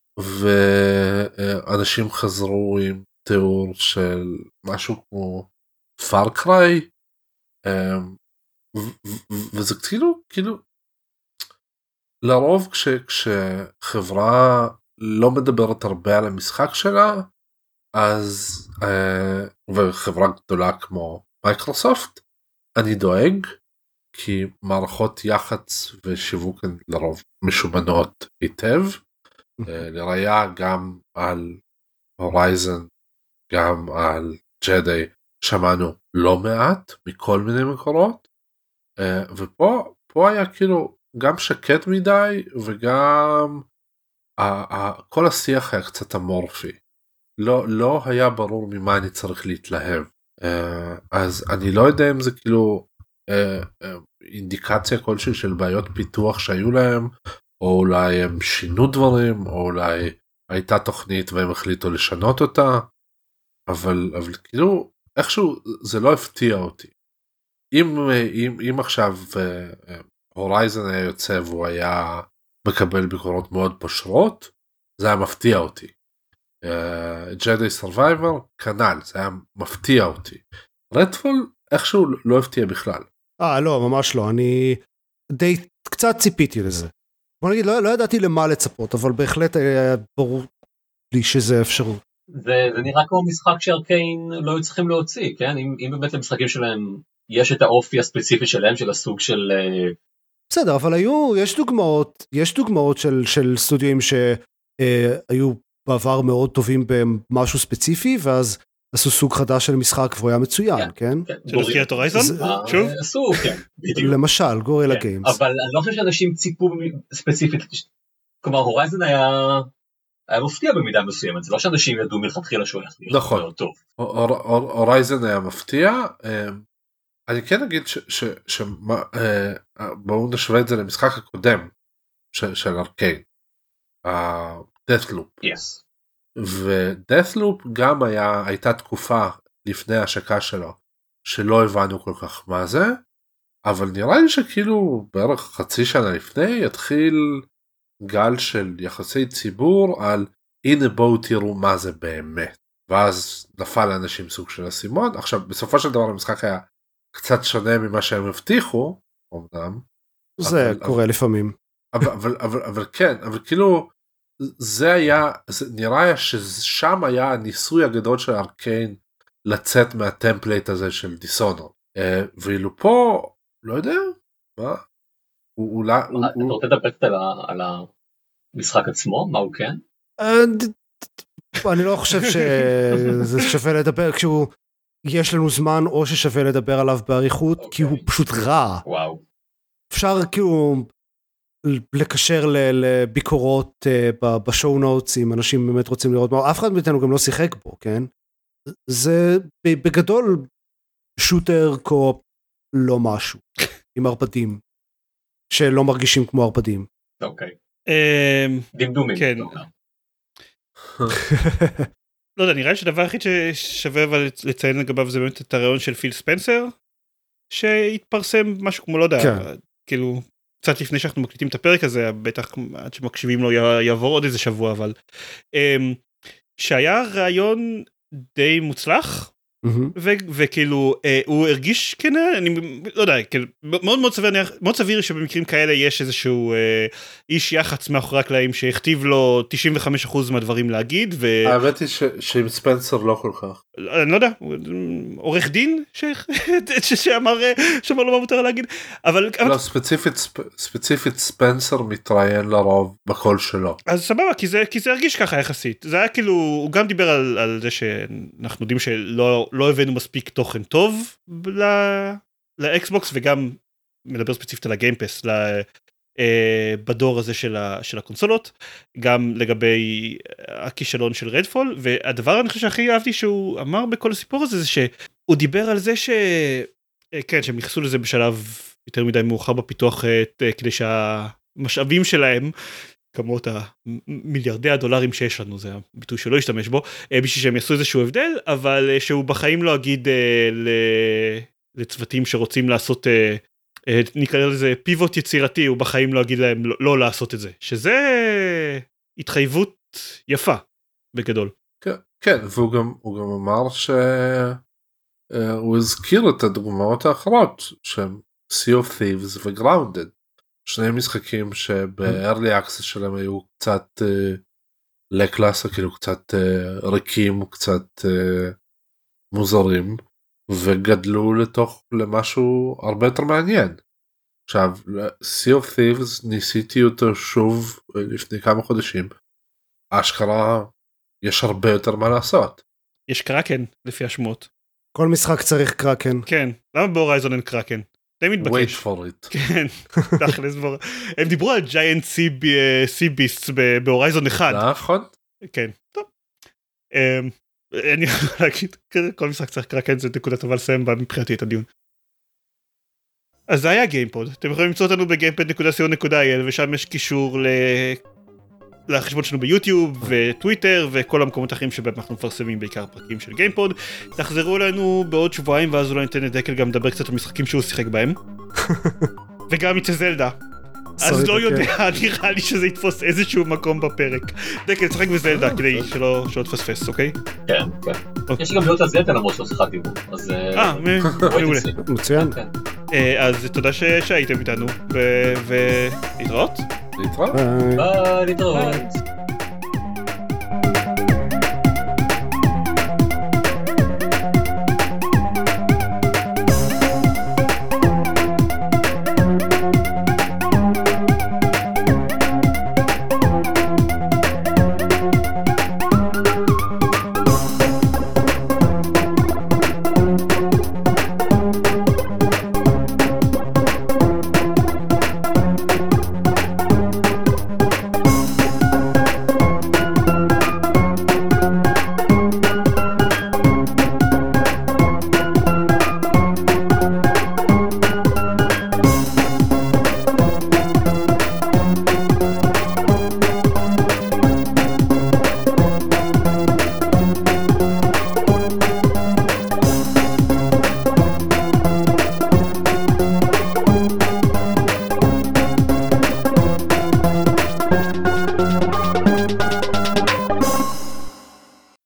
ואנשים חזרו עם תיאור של משהו כמו פאר קריי, וזה כאילו, כאילו, לרוב כש, כשחברה לא מדברת הרבה על המשחק שלה, אז אה, וחברה גדולה כמו מייקרוסופט, אני דואג כי מערכות יח"צ ושיווק הן לרוב משומנות היטב, אה, לראיה גם על הורייזן, גם על ג'די, שמענו לא מעט מכל מיני מקורות, אה, ופה פה היה כאילו גם שקט מדי וגם ה- ה- כל השיח היה קצת אמורפי, לא לא היה ברור ממה אני צריך להתלהב, אה, אז אני לא יודע אם זה כאילו אה, אה, אינדיקציה כלשהי של בעיות פיתוח שהיו להם, או אולי הם שינו דברים, או אולי הייתה תוכנית והם החליטו לשנות אותה, אבל אבל כאילו איכשהו זה לא הפתיע אותי. אם אם אם עכשיו הורייזן היה יוצא והוא היה מקבל ביקורות מאוד פושרות, זה היה מפתיע אותי. ג'די סרווייבר כנ"ל, זה היה מפתיע אותי. רדפול איכשהו לא הפתיע בכלל. אה, לא, ממש לא, אני די קצת ציפיתי לזה. בוא נגיד, לא, לא ידעתי למה לצפות, אבל בהחלט היה ברור לי שזה אפשרות. זה, זה נראה כמו משחק שארקיין לא היו צריכים להוציא, כן? אם, אם באמת למשחקים שלהם יש את האופי הספציפי שלהם, של הסוג של... בסדר, אבל היו, יש דוגמאות, יש דוגמאות של, של סטודיו שהיו בעבר מאוד טובים במשהו ספציפי, ואז עשו סוג חדש של משחק והוא היה מצוין, כן? שנזכיר את הורייזון? שוב? עשו, כן, בדיוק. למשל, גורילה גיימס. אבל אני לא חושב שאנשים ציפו ספציפית, כלומר, הורייזן היה... היה מפתיע במידה מסוימת, זה לא שאנשים ידעו מלכתחילה שהוא הולך להיות נכון. מאוד טוב. הורייזן היה מפתיע, אני כן אגיד שבואו נשווה את זה למשחק הקודם של ארקיין, Deathloop. Yes. ו-Deathloop גם היה, הייתה תקופה לפני ההשקה שלו, שלא הבנו כל כך מה זה, אבל נראה לי שכאילו בערך חצי שנה לפני יתחיל גל של יחסי ציבור על הנה בואו תראו מה זה באמת, ואז נפל לאנשים סוג של אסימון. עכשיו בסופו של דבר המשחק היה קצת שונה ממה שהם הבטיחו, אמנם זה אבל, קורה אבל, לפעמים, אבל, אבל, אבל, אבל כן, אבל כאילו זה היה, זה נראה ששם היה הניסוי הגדול של ארקיין לצאת מהטמפלייט הזה של דיסונר, ואילו פה לא יודע מה, אולי אתה רוצה לדבר קצת על המשחק עצמו, מה הוא כן? אני לא חושב שזה שווה לדבר כשהוא, יש לנו זמן או ששווה לדבר עליו בעריכות, כי הוא פשוט רע. וואו. אפשר כאילו לקשר לביקורות בשואו נוטס אם אנשים באמת רוצים לראות מה, אף אחד מאיתנו גם לא שיחק בו, כן? זה בגדול שוטר קו לא משהו, עם ארבדים, שלא מרגישים כמו ארבדים. אוקיי. דמדומים. כן. לא יודע, נראה לי שהדבר הכי ששווה אבל לציין לגביו זה באמת את הרעיון של פיל ספנסר, שהתפרסם משהו כמו לא יודע, כאילו קצת לפני שאנחנו מקליטים את הפרק הזה, בטח עד שמקשיבים לו יעבור עוד איזה שבוע, אבל שהיה רעיון די מוצלח, וכאילו הוא הרגיש כנה, אני לא יודע, מאוד מאוד סביר, מאוד סביר שבמקרים כאלה יש איזשהו איש יח"צ מאחורי הקלעים שהכתיב לו תשעים וחמישה אחוז מהדברים להגיד. האמת היא שעם ספנסר לא כל כך. אני לא יודע, עורך דין שאמר לו מה מותר להגיד, אבל... לא, ספציפית ספנסר מתראיין לרוב בקול שלו. אז סבבה, כי זה הרגיש ככה יחסית. זה היה כאילו, הוא גם דיבר על זה שאנחנו יודעים שלא לא הבאנו מספיק תוכן טוב לאקסבוקס, וגם מדבר ספציפית על הגיימפס בדור הזה של הקונסולות, גם לגבי הכישלון של רדפול. והדבר אני חושב שהכי אהבתי שהוא אמר בכל הסיפור הזה, זה שהוא דיבר על זה ש... כן, שהם נכנסו לזה בשלב יותר מדי מאוחר בפיתוח, כדי שהמשאבים שלהם, כמות המיליארדי הדולרים שיש לנו, זה הביטוי שלא ישתמש בו, בשביל שהם יעשו איזשהו הבדל, אבל שהוא בחיים לא אגיד לצוותים שרוצים לעשות, נקרא לזה פיבוט יצירתי, הוא בחיים לא אגיד להם לא לעשות את זה, שזה התחייבות יפה בגדול. כן, והוא גם, הוא גם אמר שהוא הזכיר את הדוגמאות האחרות, שהם Sea of Thieves ו-Grounded, שני משחקים שב-early access שלהם היו קצת לקלאסה כאילו קצת uh, ריקים, קצת uh, מוזרים, וגדלו לתוך למשהו הרבה יותר מעניין. עכשיו, Sea of Thieves ניסיתי אותו שוב לפני כמה חודשים, אשכרה יש הרבה יותר מה לעשות. יש קראקן לפי השמות. כל משחק צריך קראקן. כן, למה בהורייזון אין קראקן? די מתבקש. Wait for it. כן, תכלס בור... הם דיברו על ג'יינט סי ביסט בהורייזון אחד. נכון. כן, טוב. אני יכול להגיד, כל משחק צריך קראקן, זה נקודה טובה לסיים בה מבחינתי את הדיון. אז זה היה גיימפוד. אתם יכולים למצוא אותנו ב-גיימפד נקודה סי או נקודה איי אל, ושם יש קישור ל... לחשבון שלנו ביוטיוב וטוויטר וכל המקומות האחרים שבהם אנחנו מפרסמים בעיקר פרקים של גיימפוד. תחזרו אלינו בעוד שבועיים ואז אולי ניתן לדקל גם לדבר קצת על משחקים שהוא שיחק בהם. וגם את זלדה. אז לא יודע, נראה לי שזה יתפוס איזשהו מקום בפרק. דקל, תשחק בזלדה כדי שלא תפספס, אוקיי? כן, כן. יש גם להיות הזלדה למרות שלא שיחקתי בו. אה, מעולה. מצוין. אז תודה שהייתם איתנו ולהתראות. להתראות. ביי. ביי, להתראות.